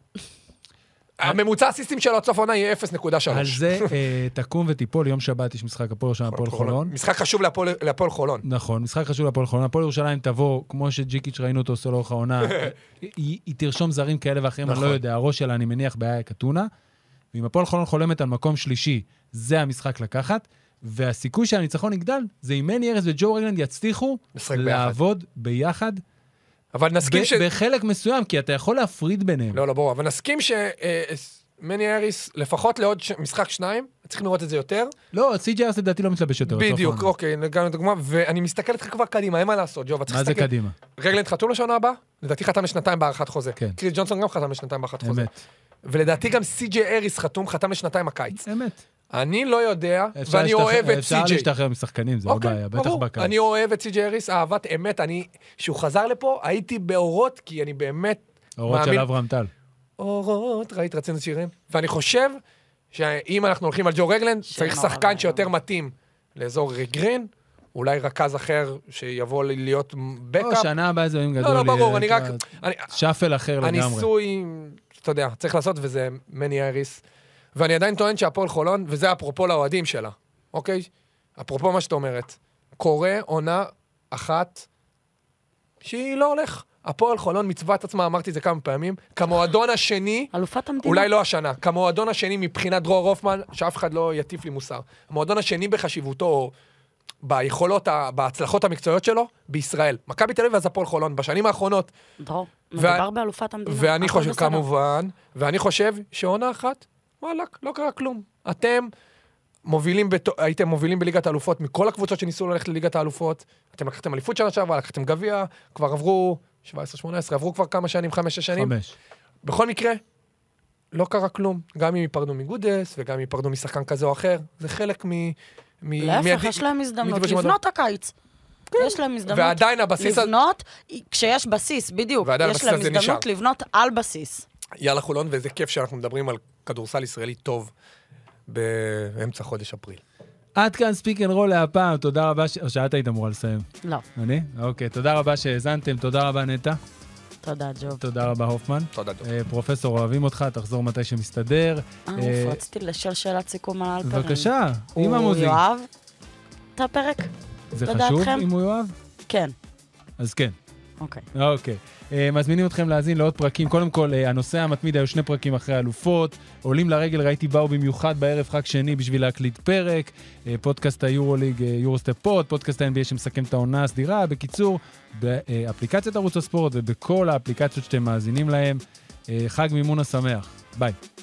הממוצע הסיסטים שלו עד סוף העונה יהיה אפס נקודה שלוש.
על זה תקום ותיפול, יום שבת יש משחק הפועל ירושלים, הפועל חולון.
משחק חשוב להפועל חולון.
נכון, משחק חשוב להפועל חולון. הפועל ירושלים תבוא, כמו שג'יקיץ' ראינו אותו עושה לאורך העונה, היא תרשום זרים כאלה ואחרים, אני לא יודע, הראש שלה אני מניח בעיה קטונה, ואם הפועל חולון חולמת על מקום שלישי, זה המשחק לקחת, והסיכוי שהניצחון יגדל, זה אם מני ארז וג'ו רגלנד יצליחו לעבוד ביחד,
אבל נסכים ש...
בחלק מסוים, כי אתה יכול להפריד ביניהם.
לא, לא, ברור, אבל נסכים שמני אריס, לפחות לעוד משחק שניים, צריך לראות את זה יותר.
לא, סי.ג'יי ארס לדעתי לא מתלבש יותר.
בדיוק, אוקיי, נגענו את הדוגמה, ואני מסתכל איתך כבר קדימה, אין מה לעשות, ג'וב,
מה זה קדימה?
רגלנד חתום לשנה הבאה, לדעתי חתם לשנתיים בהארכת חוזה. קריס ג'ונסון גם חתם לשנתיים בהארכת חוזה.
אמת.
ולדעתי גם סי.ג'יי אריס חתום, חתם לשנתיים הקיץ.
אמת.
אני לא יודע, ואני אוהב את סי.ג'יי.
אפשר להשתחרר משחקנים, זה לא בעיה, בטח בקיץ.
אני אוהב את סי.ג'יי אריס, אהבת אמת, אני, שהוא חזר לפה, הייתי באורות, כי אני באמת
אורות של אברהם טל.
אורות, ראית, רצינו שירים. ואני חושב שאם אנחנו הולכים על ג'ו רגלנד, צריך שחקן שיותר מתאים לאזור גרין, אולי רכז אחר שיבוא להיות בקאפ.
או, שנה הבאה זה יום גדול.
לא, לא, ברור, אני רק...
שפל אחר לגמרי.
הניסוי, אתה יודע, צריך לעשות, וזה מני אריס. ואני עדיין טוען שהפועל חולון, וזה אפרופו לאוהדים שלה, אוקיי? אפרופו מה שאת אומרת, קורה עונה אחת שהיא לא הולך. הפועל חולון מצוות עצמה, אמרתי זה כמה פעמים, כמועדון השני,
אלופת המדינה.
אולי לא השנה, כמועדון השני מבחינת דרור הופמן, שאף אחד לא יטיף לי מוסר. המועדון השני בחשיבותו, ביכולות, בהצלחות המקצועיות שלו, בישראל. מכבי תל אביב ואז הפועל חולון, בשנים האחרונות.
דרור, מדובר באלופת המדינה.
ואני חושב, כמובן, ואני חושב שעונה אחת, וואלק, לא קרה כלום. אתם מובילים, בת... הייתם מובילים בליגת האלופות, מכל הקבוצות שניסו ללכת לליגת האלופות, אתם לקחתם אליפות שנה שעברה, לקחתם גביע, כבר עברו, שבע עשרה שמונה עשרה, עברו כבר כמה שנים, חמש שש שנים.
חמש.
בכל מקרה, לא קרה כלום. גם אם ייפרדו מגודס, וגם אם ייפרדו משחקן כזה או אחר, זה חלק מ... מ...
להפך, יש להם הזדמנות לבנות הקיץ. יש להם הזדמנות
ועדיין הבסיס...
לבנות, כשיש בסיס, בדיוק. יש להם הזדמנות לבנות על בסיס.
יאללה חולון, וזה כיף שאנחנו מדברים על כדורסל ישראלי טוב באמצע חודש אפריל.
עד כאן ספיק אנד רול להפעם, תודה רבה, ש... או שאת היית אמורה לסיים.
לא.
אני? אוקיי, תודה רבה שהאזנתם, תודה רבה נטע.
תודה ג'וב.
תודה רבה הופמן.
תודה ג'וב.
פרופסור, אוהבים אותך, תחזור מתי שמסתדר.
אה, רציתי לשאול שאלת סיכום על אלפרין.
בבקשה, עם המוזיק.
הוא יואב את הפרק?
זה חשוב אם הוא יואב?
כן.
אז כן.
אוקיי.
אוקיי. מזמינים אתכם להאזין לעוד פרקים. קודם כל, הנושא המתמיד היו שני פרקים אחרי אלופות. עולים לרגל, ראיתי באו במיוחד בערב חג שני בשביל להקליט פרק. פודקאסט היורוליג, יורוסטפ פוד, פודקאסט ה-אן בי איי שמסכם את העונה הסדירה. בקיצור, באפליקציית ערוץ הספורט ובכל האפליקציות שאתם מאזינים להם. חג מימונה שמח. ביי.